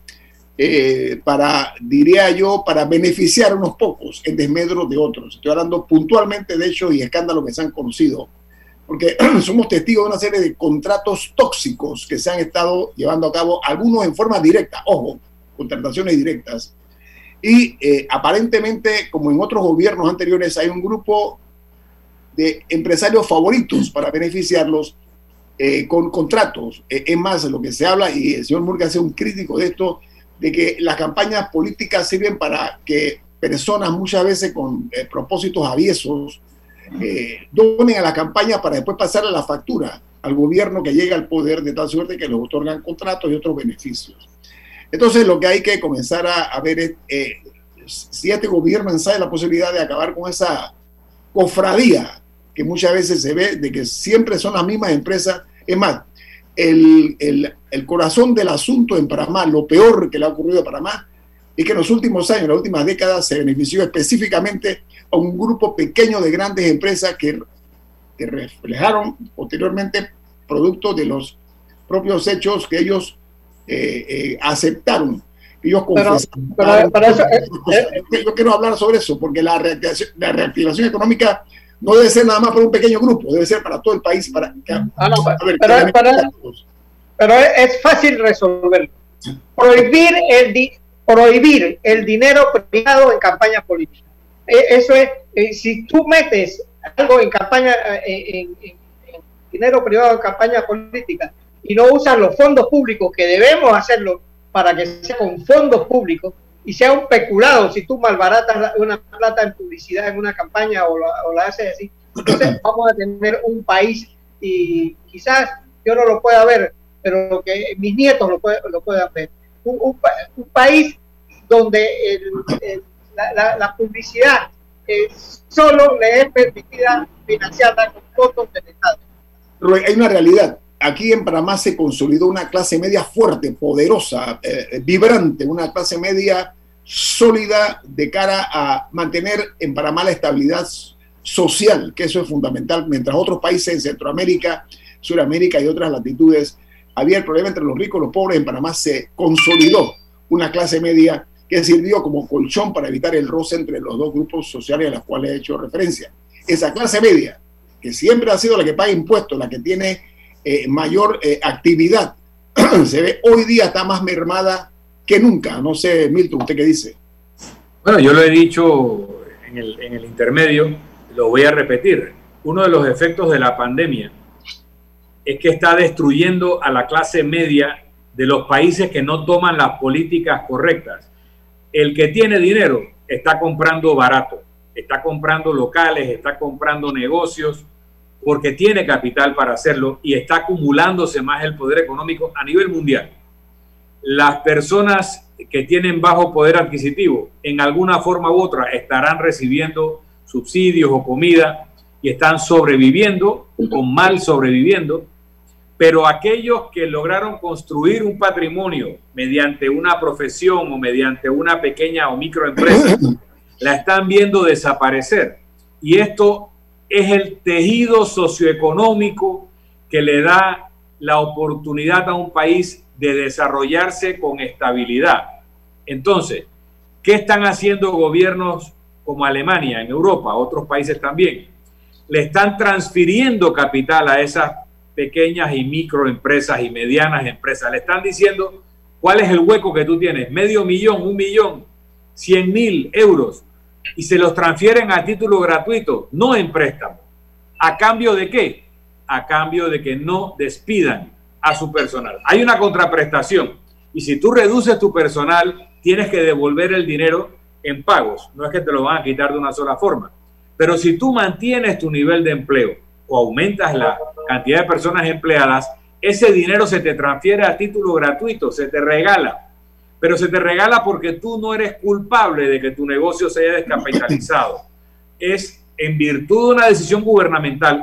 para beneficiar a unos pocos en desmedro de otros. Estoy hablando puntualmente de hechos y escándalos que se han conocido, porque somos testigos de una serie de contratos tóxicos que se han estado llevando a cabo, algunos en forma directa, ojo, contrataciones directas, y aparentemente, como en otros gobiernos anteriores, hay un grupo de empresarios favoritos para beneficiarlos con contratos. Es más, lo que se habla, y el señor Murgas es un crítico de esto, de que las campañas políticas sirven para que personas muchas veces con propósitos aviesos donen a la campaña para después pasarle la factura al gobierno que llega al poder, de tal suerte que les otorgan contratos y otros beneficios. Entonces lo que hay que comenzar a ver es si este gobierno ensaya la posibilidad de acabar con esa cofradía que muchas veces se ve de que siempre son las mismas empresas. Es más, el corazón del asunto en Panamá, lo peor que le ha ocurrido a Panamá, es que en los últimos años, en las últimas décadas, se benefició específicamente a un grupo pequeño de grandes empresas que reflejaron posteriormente producto de los propios hechos que ellos aceptaron. Ellos confesaron. Yo quiero hablar sobre eso, porque la reactivación económica no debe ser nada más para un pequeño grupo, debe ser para todo el país. Pero es fácil resolverlo. Prohibir el dinero privado en campañas políticas. Eso es, si tú metes algo en campaña, en dinero privado en campaña política y no usas los fondos públicos, que debemos hacerlo para que sea con fondos públicos y sea un peculado, si tú malbaratas una plata en publicidad en una campaña o la haces así, entonces vamos a tener un país, y quizás yo no lo pueda ver, pero que mis nietos lo puedan ver, un país donde la publicidad solo le es permitida financiarla con fondos del Estado. Hay una realidad. Aquí en Panamá se consolidó una clase media fuerte, poderosa, vibrante, una clase media sólida de cara a mantener en Panamá la estabilidad social, que eso es fundamental. Mientras otros países en Centroamérica, Suramérica y otras latitudes había el problema entre los ricos y los pobres, en Panamá se consolidó una clase media que sirvió como colchón para evitar el roce entre los dos grupos sociales a los cuales he hecho referencia. Esa clase media, que siempre ha sido la que paga impuestos, la que tiene mayor actividad se ve hoy día está más mermada que nunca. No sé, Milton, ¿usted qué dice? Bueno, yo lo he dicho en el intermedio, lo voy a repetir. Uno de los efectos de la pandemia es que está destruyendo a la clase media de los países que no toman las políticas correctas. El que tiene dinero está comprando barato, está comprando locales, está comprando negocios, porque tiene capital para hacerlo y está acumulándose más el poder económico a nivel mundial. Las personas que tienen bajo poder adquisitivo, en alguna forma u otra, estarán recibiendo subsidios o comida y están sobreviviendo o mal sobreviviendo, pero aquellos que lograron construir un patrimonio mediante una profesión o mediante una pequeña o microempresa, la están viendo desaparecer. Y esto es el tejido socioeconómico que le da la oportunidad a un país de desarrollarse con estabilidad. Entonces, ¿qué están haciendo gobiernos como Alemania, en Europa, otros países también? Le están transfiriendo capital a esas pequeñas y microempresas y medianas empresas. Le están diciendo cuál es el hueco que tú tienes, $500,000, $1,000,000, 100,000 euros, y se los transfieren a título gratuito, no en préstamo. ¿A cambio de qué? A cambio de que no despidan a su personal. Hay una contraprestación, y si tú reduces tu personal, tienes que devolver el dinero en pagos. No es que te lo van a quitar de una sola forma. Pero si tú mantienes tu nivel de empleo o aumentas la cantidad de personas empleadas, ese dinero se te transfiere a título gratuito, se te regala. Pero se te regala porque tú no eres culpable de que tu negocio se haya descapitalizado. Es en virtud de una decisión gubernamental,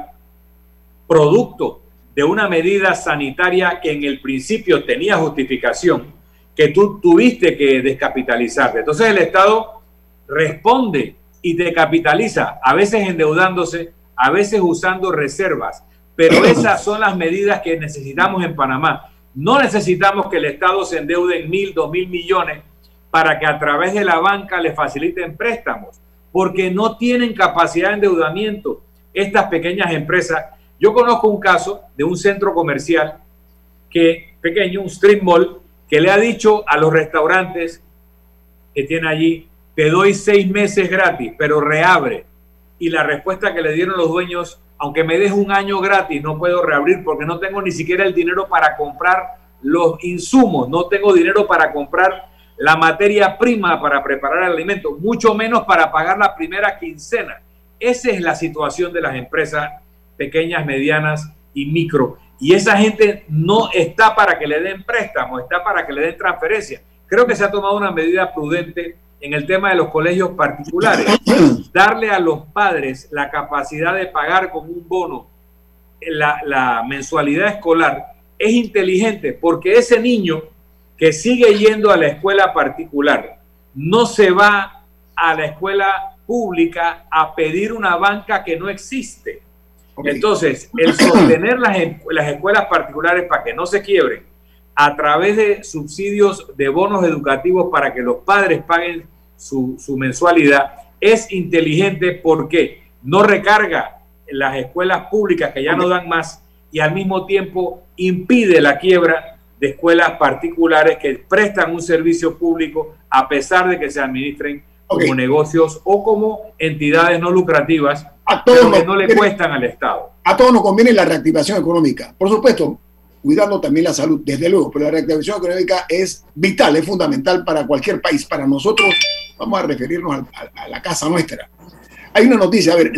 producto de una medida sanitaria que en el principio tenía justificación, que tú tuviste que descapitalizarte. Entonces el Estado responde y te capitaliza, a veces endeudándose, a veces usando reservas. Pero esas son las medidas que necesitamos en Panamá. No necesitamos que el Estado se endeude en 1,000, 2,000 millones para que a través de la banca le faciliten préstamos, porque no tienen capacidad de endeudamiento estas pequeñas empresas. Yo conozco un caso de un centro comercial pequeño, un strip mall, que le ha dicho a los restaurantes que tiene allí: te doy 6 meses gratis, pero reabre. Y la respuesta que le dieron los dueños: aunque me des 1 año gratis, no puedo reabrir porque no tengo ni siquiera el dinero para comprar los insumos, no tengo dinero para comprar la materia prima para preparar el alimento, mucho menos para pagar la primera quincena. Esa es la situación de las empresas pequeñas, medianas y micro. Y esa gente no está para que le den préstamos, está para que le den transferencia. Creo que se ha tomado una medida prudente en el tema de los colegios particulares. Darle a los padres la capacidad de pagar con un bono la mensualidad escolar es inteligente, porque ese niño que sigue yendo a la escuela particular no se va a la escuela pública a pedir una banca que no existe. Okay. Entonces, el sostener las escuelas particulares para que no se quiebren a través de subsidios de bonos educativos para que los padres paguen su mensualidad es inteligente, porque no recarga las escuelas públicas que ya no dan más y al mismo tiempo impide la quiebra de escuelas particulares que prestan un servicio público a pesar de que se administren como negocios o como entidades no lucrativas, pero que no le cuestan al Estado. A todos nos conviene la reactivación económica, por supuesto, cuidando también la salud, desde luego, pero la reactivación económica es vital, es fundamental para cualquier país. Para nosotros, vamos a referirnos a la casa nuestra. Hay una noticia, a ver,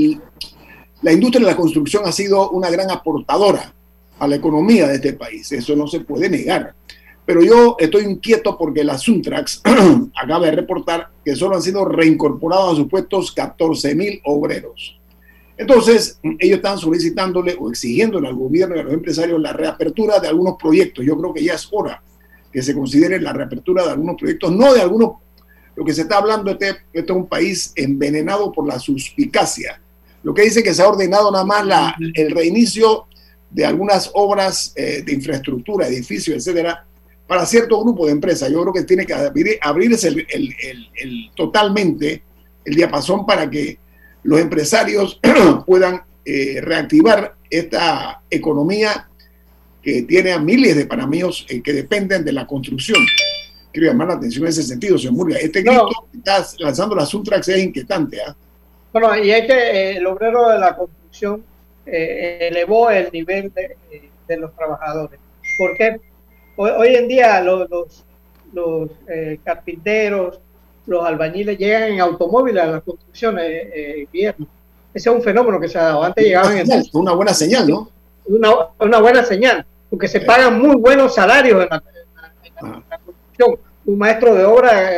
la industria de la construcción ha sido una gran aportadora a la economía de este país, eso no se puede negar. Pero yo estoy inquieto porque la Suntrax acaba de reportar que solo han sido reincorporados a sus puestos 14,000 obreros. Entonces, ellos están solicitándole o exigiéndole al gobierno y a los empresarios la reapertura de algunos proyectos. Yo creo que ya es hora que se considere la reapertura de algunos proyectos, no de algunos. Lo que se está hablando, este es un país envenenado por la suspicacia. Lo que dice que se ha ordenado nada más el reinicio de algunas obras de infraestructura, edificios, etcétera, para cierto grupo de empresas. Yo creo que tiene que abrirse totalmente el diapasón para que los empresarios puedan reactivar esta economía que tiene a miles de panameños que dependen de la construcción. Quiero llamar la atención en ese sentido, señor Murga. Este grito que está lanzando la Suntrax es inquietante. Bueno, y es que el obrero de la construcción elevó el nivel de los trabajadores. Porque hoy en día los carpinteros, los albañiles llegan en automóviles a las construcciones, Guillermo. Ese es un fenómeno que se ha dado. Antes llegaban una buena señal, ¿no? Una buena señal, porque se pagan muy buenos salarios en la construcción. Un maestro de obra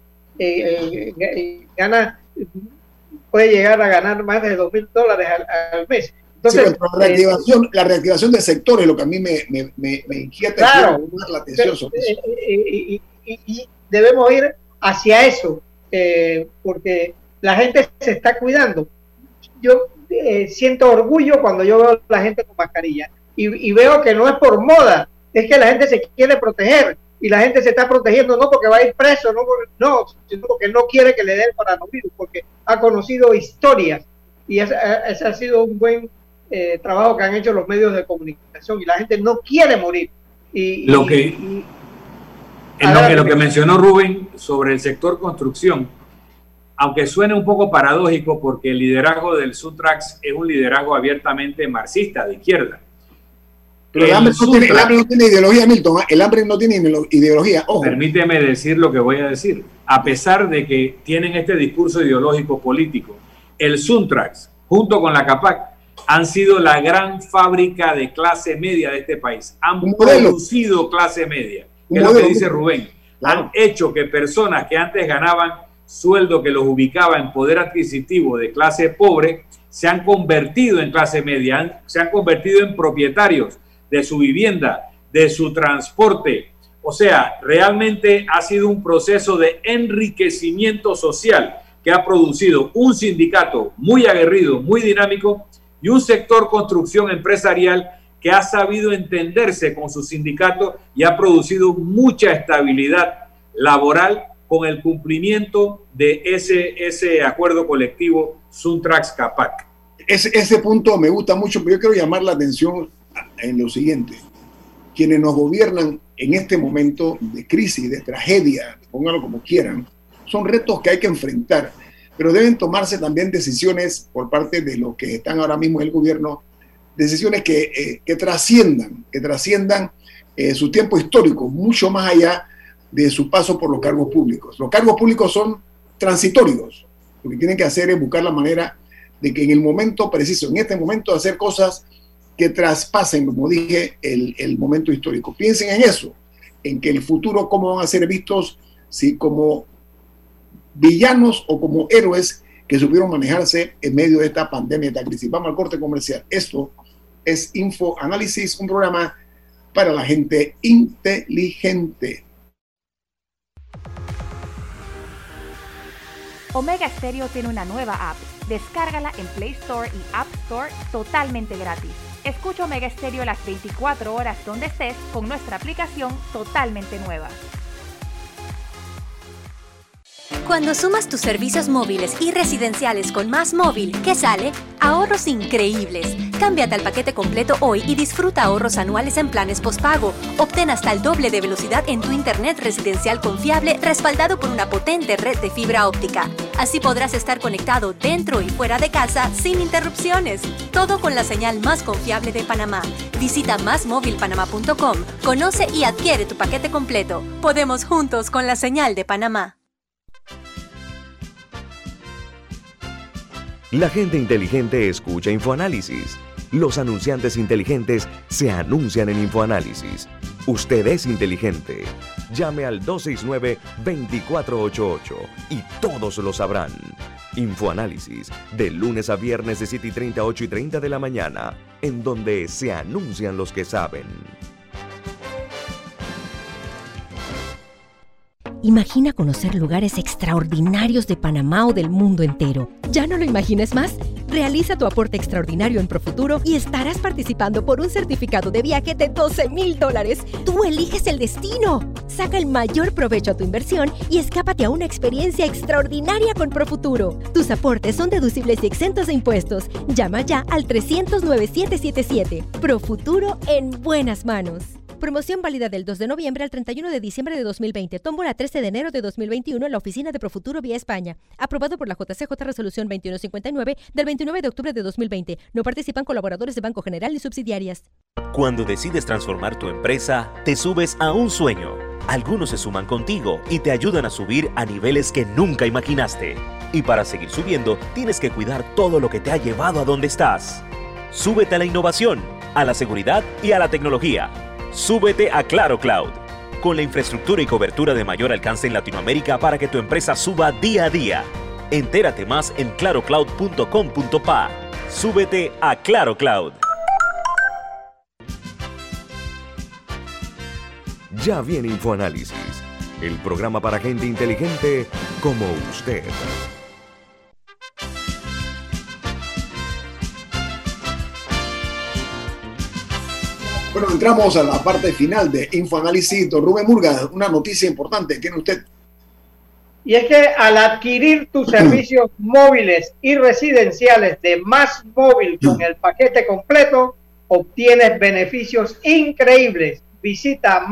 puede llegar a ganar más de $2,000 al mes. Entonces, sí, la reactivación del sector es lo que a mí me inquieta. Claro, la atención sobre eso. Y debemos ir hacia eso, porque la gente se está cuidando. Yo siento orgullo cuando yo veo a la gente con mascarilla y veo que no es por moda, es que la gente se quiere proteger y la gente se está protegiendo no porque va a ir preso, sino porque no quiere que le dé el coronavirus, porque ha conocido historias y ese ha sido un buen trabajo que han hecho los medios de comunicación y la gente no quiere morir. Lo que mencionó Rubén sobre el sector construcción, aunque suene un poco paradójico porque el liderazgo del Suntrax es un liderazgo abiertamente marxista, de izquierda. Pero el hambre no tiene ideología, Milton. El hambre no tiene ideología. Ojo. Permíteme decir lo que voy a decir. A pesar de que tienen este discurso ideológico político, el Suntrax, junto con la CAPAC, han sido la gran fábrica de clase media de este país. Han producido clase media. Es lo que dice Rubén. Claro. Han hecho que personas que antes ganaban sueldo que los ubicaba en poder adquisitivo de clase pobre, se han convertido en clase media, se han convertido en propietarios de su vivienda, de su transporte. O sea, realmente ha sido un proceso de enriquecimiento social que ha producido un sindicato muy aguerrido, muy dinámico y un sector construcción empresarial que ha sabido entenderse con su sindicato y ha producido mucha estabilidad laboral con el cumplimiento de ese acuerdo colectivo Suntrax-CAPAC. Ese punto me gusta mucho, pero yo quiero llamar la atención en lo siguiente. Quienes nos gobiernan en este momento de crisis, de tragedia, pónganlo como quieran, son retos que hay que enfrentar, pero deben tomarse también decisiones por parte de los que están ahora mismo en el gobierno, decisiones que trasciendan su tiempo histórico, mucho más allá de su paso por los cargos públicos. Los cargos públicos son transitorios. Lo que tienen que hacer es buscar la manera de que en el momento preciso, en este momento, hacer cosas que traspasen, como dije, el momento histórico. Piensen en eso, en que el futuro, cómo van a ser vistos, si como villanos o como héroes que supieron manejarse en medio de esta pandemia, de esta crisis. Vamos al corte comercial. Esto es InfoAnálisis, un programa para la gente inteligente. Omega Stereo tiene una nueva app. Descárgala en Play Store y App Store totalmente gratis. Escucha Omega Stereo las 24 horas donde estés con nuestra aplicación totalmente nueva. Cuando sumas tus servicios móviles y residenciales con Más Móvil, ¿qué sale? Ahorros increíbles. Cámbiate al paquete completo hoy y disfruta ahorros anuales en planes postpago. Obtén hasta el doble de velocidad en tu internet residencial confiable respaldado por una potente red de fibra óptica. Así podrás estar conectado dentro y fuera de casa sin interrupciones. Todo con la señal más confiable de Panamá. Visita másmóvilpanamá.com, conoce y adquiere tu paquete completo. Podemos juntos con la señal de Panamá. La gente inteligente escucha InfoAnálisis. Los anunciantes inteligentes se anuncian en InfoAnálisis. Usted es inteligente. Llame al 269-2488 y todos lo sabrán. InfoAnálisis, de lunes a viernes de 7:30 a 8:30 de la mañana, en donde se anuncian los que saben. Imagina conocer lugares extraordinarios de Panamá o del mundo entero. ¿Ya no lo imaginas más? Realiza tu aporte extraordinario en Profuturo y estarás participando por un certificado de viaje de $12,000. ¡Tú eliges el destino! Saca el mayor provecho a tu inversión y escápate a una experiencia extraordinaria con Profuturo. Tus aportes son deducibles y exentos de impuestos. Llama ya al 300-9777. Profuturo en buenas manos. Promoción válida del 2 de noviembre al 31 de diciembre de 2020. Tómbola 13 de enero de 2021 en la oficina de Profuturo vía España. Aprobado por la JCJ Resolución 2159 del 29 de octubre de 2020. No participan colaboradores de Banco General ni subsidiarias. Cuando decides transformar tu empresa, te subes a un sueño. Algunos se suman contigo y te ayudan a subir a niveles que nunca imaginaste. Y para seguir subiendo, tienes que cuidar todo lo que te ha llevado a donde estás. Súbete a la innovación, a la seguridad y a la tecnología. Súbete a Claro Cloud, con la infraestructura y cobertura de mayor alcance en Latinoamérica para que tu empresa suba día a día. Entérate más en clarocloud.com.pa. Súbete a Claro Cloud. Ya viene InfoAnálisis, el programa para gente inteligente como usted. Bueno, entramos a la parte final de InfoAnálisis. Don Rubén Murga, una noticia importante tiene usted. Y es que al adquirir tus servicios móviles y residenciales de Más Móvil con el paquete completo, obtienes beneficios increíbles. Visita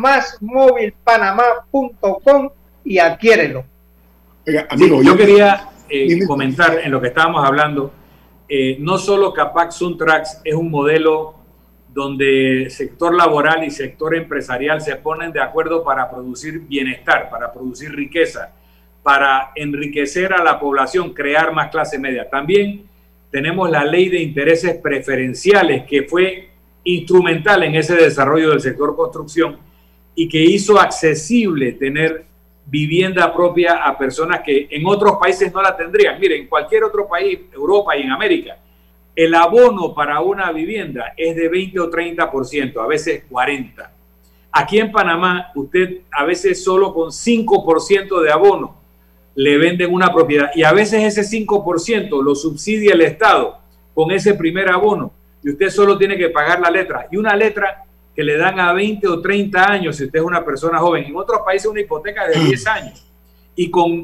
másmóvilpanamá.com y adquiérelo. Oiga, amigo, sí, yo quería comentar en lo que estábamos hablando. No solo Capac Suntrax es un modelo donde sector laboral y sector empresarial se ponen de acuerdo para producir bienestar, para producir riqueza, para enriquecer a la población, crear más clase media. También tenemos la ley de intereses preferenciales, que fue instrumental en ese desarrollo del sector construcción y que hizo accesible tener vivienda propia a personas que en otros países no la tendrían. Miren, en cualquier otro país, Europa y en América, el abono para una vivienda es de 20 o 30%, a veces 40%. Aquí en Panamá, usted a veces solo con 5% de abono le venden una propiedad y a veces ese 5% lo subsidia el Estado con ese primer abono y usted solo tiene que pagar la letra. Y una letra que le dan a 20 o 30 años si usted es una persona joven. En otros países una hipoteca de 10 años y con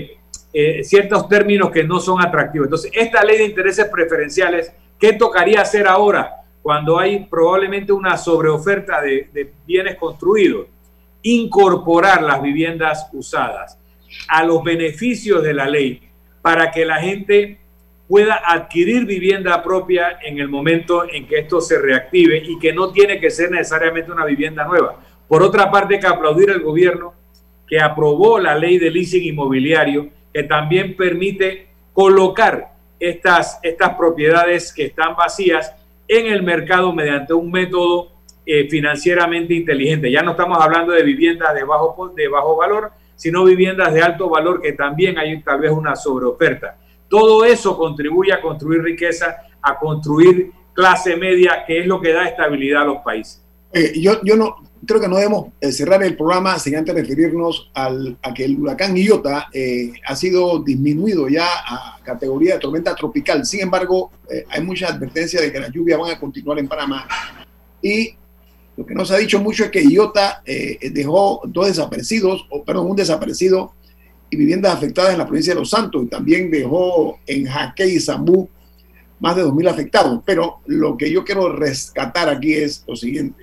ciertos términos que no son atractivos. Entonces, esta ley de intereses preferenciales, ¿qué tocaría hacer ahora cuando hay probablemente una sobreoferta de bienes construidos? Incorporar las viviendas usadas a los beneficios de la ley para que la gente pueda adquirir vivienda propia en el momento en que esto se reactive y que no tiene que ser necesariamente una vivienda nueva. Por otra parte, hay que aplaudir al gobierno que aprobó la ley de leasing inmobiliario, que también permite colocar estas propiedades que están vacías en el mercado mediante un método financieramente inteligente. Ya no estamos hablando de viviendas de bajo valor, sino viviendas de alto valor que también hay tal vez una sobreoferta. Todo eso contribuye a construir riqueza, a construir clase media, que es lo que da estabilidad a los países. Yo no creo que no debemos cerrar el programa sin antes referirnos a que el huracán Iota ha sido disminuido ya a categoría de tormenta tropical. Sin embargo, hay mucha advertencia de que las lluvias van a continuar en Panamá. Y lo que no se ha dicho mucho es que Iota dejó un desaparecido y viviendas afectadas en la provincia de Los Santos, y también dejó en Jaque y Zambú más de 2.000 afectados. Pero lo que yo quiero rescatar aquí es lo siguiente.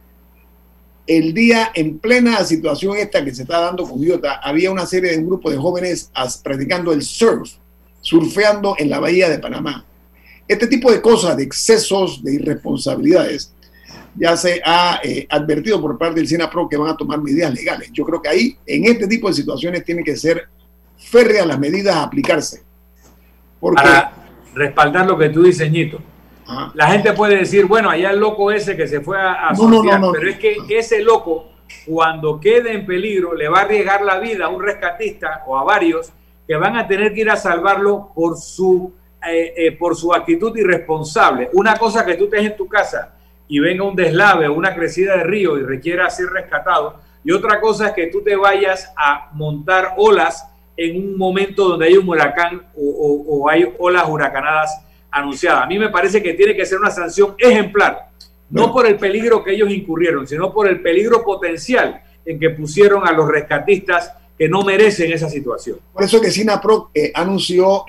El día, en plena situación esta que se está dando con Iota, había una serie de un grupo de jóvenes practicando el surfeando en la bahía de Panamá. Este tipo de cosas, de excesos, de irresponsabilidades, ya se ha advertido por parte del SINAPRO que van a tomar medidas legales. Yo creo que ahí, en este tipo de situaciones, tienen que ser férreas las medidas a aplicarse. Porque, para respaldar lo que tú dices, Ñito. La gente puede decir, bueno, allá el loco ese que se fue a surfear, pero es que ese loco, cuando quede en peligro, le va a arriesgar la vida a un rescatista o a varios que van a tener que ir a salvarlo por su actitud irresponsable. Una cosa que tú estés en tu casa y venga un deslave o una crecida de río y requiera ser rescatado, y otra cosa es que tú te vayas a montar olas en un momento donde hay un huracán o hay olas huracanadas anunciadas. A mí me parece que tiene que ser una sanción ejemplar, no por el peligro que ellos incurrieron, sino por el peligro potencial en que pusieron a los rescatistas que no merecen esa situación. Por eso que SINAPROC anunció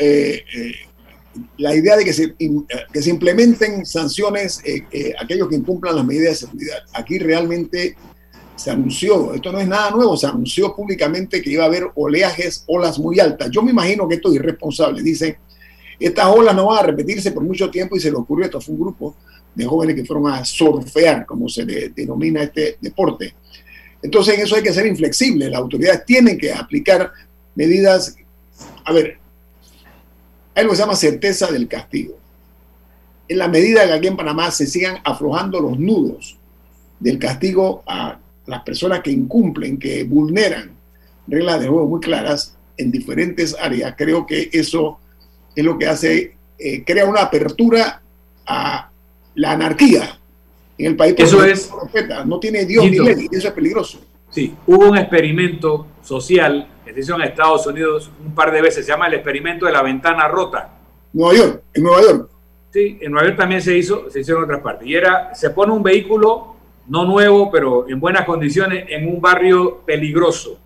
la idea de que se implementen sanciones a aquellos que incumplan las medidas de seguridad. Aquí realmente se anunció, esto no es nada nuevo, se anunció públicamente que iba a haber olas muy altas. Yo me imagino que esto es irresponsable. Dicen, estas olas no van a repetirse por mucho tiempo, y se le ocurrió, esto fue un grupo de jóvenes que fueron a surfear, como se le denomina este deporte. Entonces en eso hay que ser inflexible. Las autoridades tienen que aplicar medidas. A ver, hay algo que se llama certeza del castigo. En la medida que aquí en Panamá se sigan aflojando los nudos del castigo a las personas que incumplen, que vulneran reglas de juego muy claras en diferentes áreas, creo que eso es lo que hace, crea una apertura a la anarquía en el país. Eso es, no tiene Dios ni ley, y eso es peligroso. Sí, hubo un experimento social que se hizo en Estados Unidos un par de veces, se llama el experimento de la ventana rota. En Nueva York. Sí, en Nueva York también se hizo en otras partes. Y se pone un vehículo, no nuevo, pero en buenas condiciones, en un barrio peligroso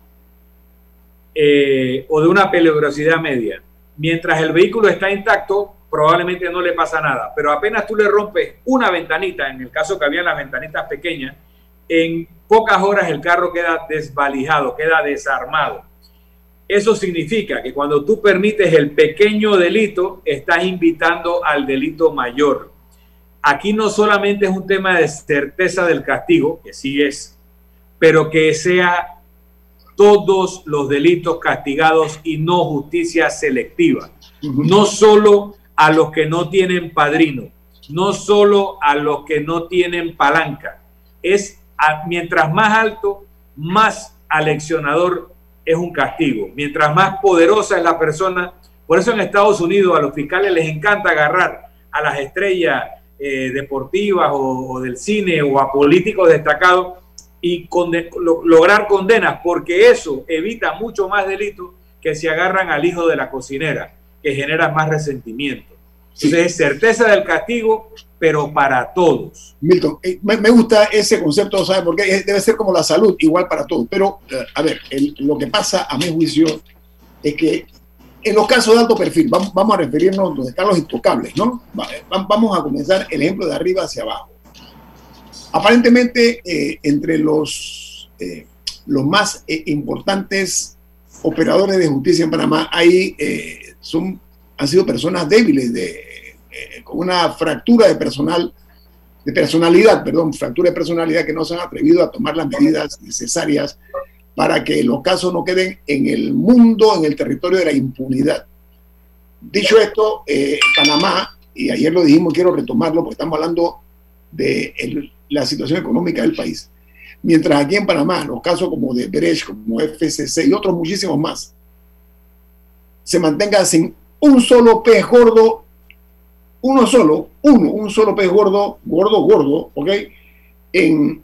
o de una peligrosidad media. Mientras el vehículo está intacto, probablemente no le pasa nada, pero apenas tú le rompes una ventanita, en el caso que había las ventanitas pequeñas, en pocas horas el carro queda desvalijado, queda desarmado. Eso significa que cuando tú permites el pequeño delito, estás invitando al delito mayor. Aquí no solamente es un tema de certeza del castigo, que sí es, pero que sea todos los delitos castigados y no justicia selectiva. No solo a los que no tienen padrino, no solo a los que no tienen palanca. Mientras más alto, más aleccionador es un castigo. Mientras más poderosa es la persona. Por eso en Estados Unidos a los fiscales les encanta agarrar a las estrellas deportivas o del cine o a políticos destacados y lograr condenas, porque eso evita mucho más delitos que si agarran al hijo de la cocinera, que genera más resentimiento. Entonces es certeza del castigo, pero para todos. Milton, me gusta ese concepto, ¿sabe por qué? Debe ser como la salud, igual para todos. Pero, a ver, lo que pasa a mi juicio es que en los casos de alto perfil, vamos a referirnos donde están los intocables, ¿no? Vamos a comenzar el ejemplo de arriba hacia abajo. Aparentemente, entre los más importantes operadores de justicia en Panamá, han sido personas débiles, con una fractura de personalidad que no se han atrevido a tomar las medidas necesarias para que los casos no queden en el mundo, en el territorio de la impunidad. Dicho esto, Panamá, y ayer lo dijimos, quiero retomarlo porque estamos hablando de la situación económica del país. Mientras aquí en Panamá, los casos como de Brecht, como FCC y otros muchísimos más, se mantengan sin un solo pez gordo, un solo pez gordo, ¿ok? En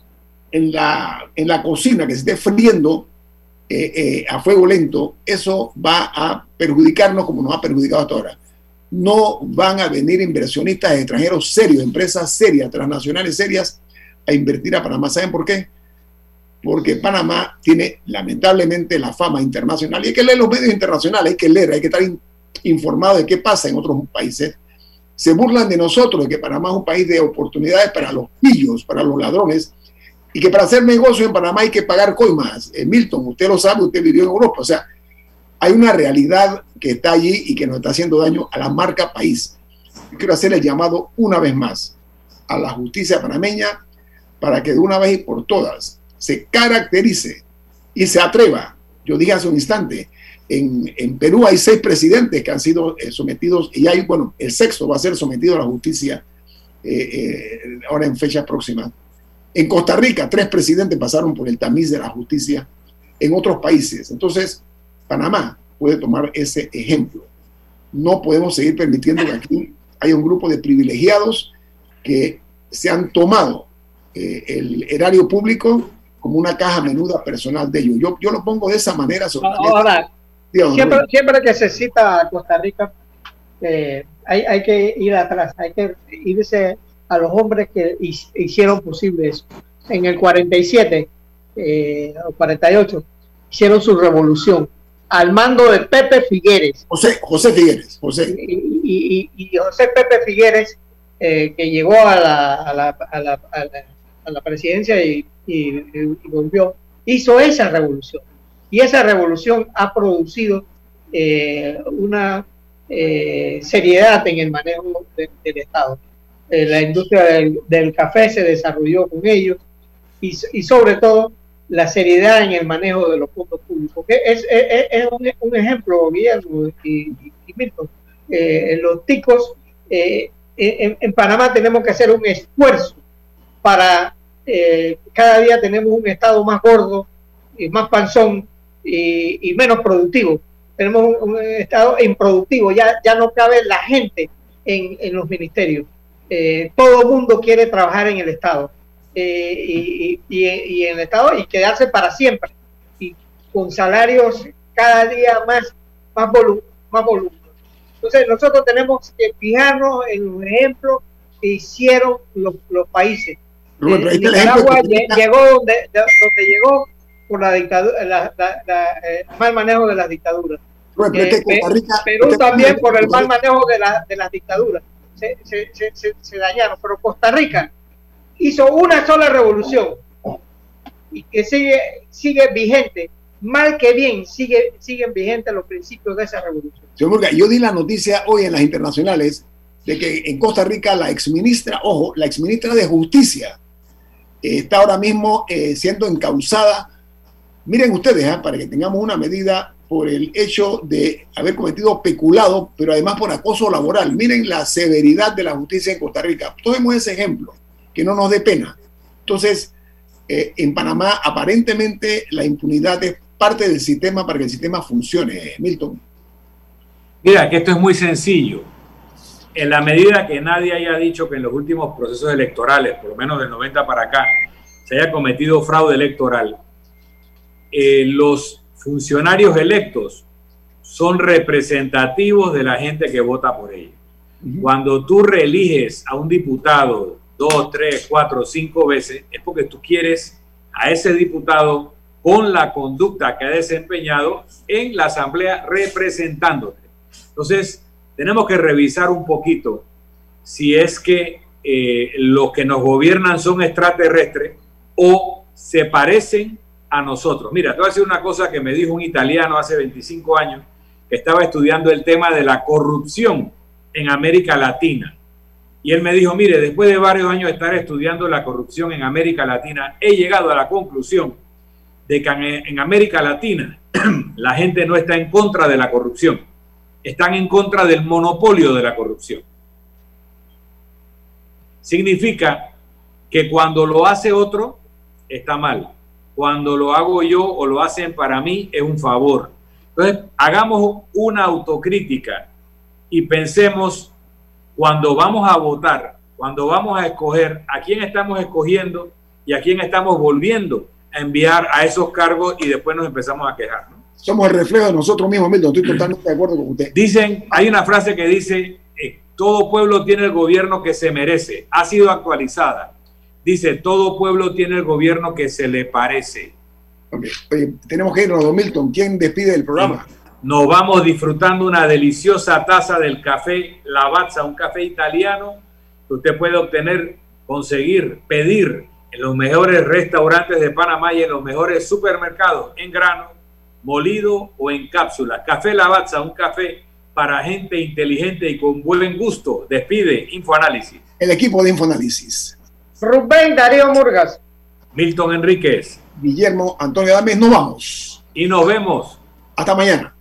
la cocina, que se esté friendo a fuego lento, eso va a perjudicarnos como nos ha perjudicado hasta ahora. No van a venir inversionistas extranjeros serios, empresas serias, transnacionales serias, a invertir a Panamá. ¿Saben por qué? Porque Panamá tiene lamentablemente la fama internacional, y hay que leer los medios internacionales, hay que estar informado de qué pasa en otros países. Se burlan de nosotros, de que Panamá es un país de oportunidades para los pillos, para los ladrones, y que para hacer negocio en Panamá hay que pagar coimas. Milton, usted lo sabe, usted vivió en Europa. O sea, hay una realidad que está allí y que nos está haciendo daño a la marca país. Yo quiero hacer el llamado una vez más a la justicia panameña para que de una vez y por todas se caracterice y se atreva. Yo dije hace un instante, en Perú hay 6 presidentes que han sido sometidos, y hay, bueno, el 6º va a ser sometido a la justicia ahora en fechas próximas. En Costa Rica 3 presidentes pasaron por el tamiz de la justicia, en otros países. Entonces, Panamá puede tomar ese ejemplo. No podemos seguir permitiendo que aquí haya un grupo de privilegiados que se han tomado el erario público como una caja menuda personal de ellos. Yo lo pongo de esa manera sobre ahora, siempre que se cita a Costa Rica, hay que ir atrás, hay que irse a los hombres que hicieron posible eso. En el 47 o 48 hicieron su revolución al mando de Pepe Figueres. José Figueres. Y José Pepe Figueres, que llegó a la presidencia y volvió, hizo esa revolución. Y esa revolución ha producido una seriedad en el manejo del Estado. La industria del café se desarrolló con ellos y sobre todo la seriedad en el manejo de los fondos públicos. Es un ejemplo, Guillermo y Milton. Los ticos, en Panamá tenemos que hacer un esfuerzo para, cada día tenemos un Estado más gordo, y más panzón y menos productivo. Tenemos un Estado improductivo, ya no cabe la gente en los ministerios. Todo el mundo quiere trabajar en el Estado. Y en el Estado y quedarse para siempre y con salarios cada día más volumen. Entonces nosotros tenemos que fijarnos en los ejemplos que hicieron los países. Nicaragua llegó donde llegó por la dictadura, el mal manejo de las dictaduras. Perú también por el mal manejo de las dictaduras se dañaron, pero Costa Rica hizo una sola revolución y que sigue vigente, mal que bien, siguen vigentes los principios de esa revolución. Señor Murga, yo di la noticia hoy en las internacionales de que en Costa Rica la exministra de Justicia está ahora mismo siendo encausada. Miren ustedes, para que tengamos una medida por el hecho de haber cometido peculado, pero además por acoso laboral. Miren la severidad de la justicia en Costa Rica. Tomemos ese ejemplo, que no nos dé pena. Entonces, en Panamá, aparentemente, la impunidad es parte del sistema para que el sistema funcione. Milton. Mira, que esto es muy sencillo. En la medida que nadie haya dicho que en los últimos procesos electorales, por lo menos del 90 para acá, se haya cometido fraude electoral, los funcionarios electos son representativos de la gente que vota por ellos. Cuando tú reeliges a un diputado 2, 3, 4, 5 veces, es porque tú quieres a ese diputado con la conducta que ha desempeñado en la asamblea representándote. Entonces, tenemos que revisar un poquito si es que los que nos gobiernan son extraterrestres o se parecen a nosotros. Mira, te voy a decir una cosa que me dijo un italiano hace 25 años que estaba estudiando el tema de la corrupción en América Latina. Y él me dijo, mire, después de varios años de estar estudiando la corrupción en América Latina, he llegado a la conclusión de que en América Latina la gente no está en contra de la corrupción, están en contra del monopolio de la corrupción. Significa que cuando lo hace otro, está mal. Cuando lo hago yo o lo hacen para mí, es un favor. Entonces, hagamos una autocrítica y pensemos cuando vamos a votar, cuando vamos a escoger, a quién estamos escogiendo y a quién estamos volviendo a enviar a esos cargos y después nos empezamos a quejar, ¿no? Somos el reflejo de nosotros mismos, Milton. Estoy totalmente de acuerdo con usted. Dicen, hay una frase que dice, todo pueblo tiene el gobierno que se merece. Ha sido actualizada. Dice, todo pueblo tiene el gobierno que se le parece. Okay. Oye, tenemos que irnos, don Milton. ¿Quién despide el programa? Nos vamos disfrutando una deliciosa taza del café Lavazza, un café italiano que usted puede obtener, conseguir, pedir en los mejores restaurantes de Panamá y en los mejores supermercados, en grano, molido o en cápsula. Café Lavazza, un café para gente inteligente y con buen gusto. Despide Infoanálisis. El equipo de Infoanálisis. Rubén Darío Murgas. Milton Enríquez. Guillermo Antonio Adames. Nos vamos. Y nos vemos. Hasta mañana.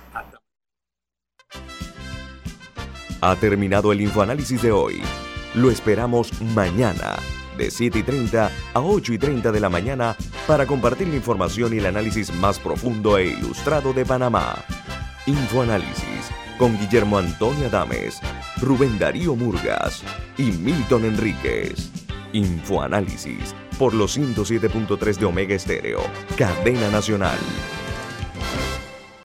Ha terminado el Infoanálisis de hoy. Lo esperamos mañana, de 7:30 a 8:30 de la mañana, para compartir la información y el análisis más profundo e ilustrado de Panamá. Infoanálisis, con Guillermo Antonio Adames, Rubén Darío Murgas y Milton Enríquez. Infoanálisis, por los 107.3 de Omega Estéreo, cadena nacional.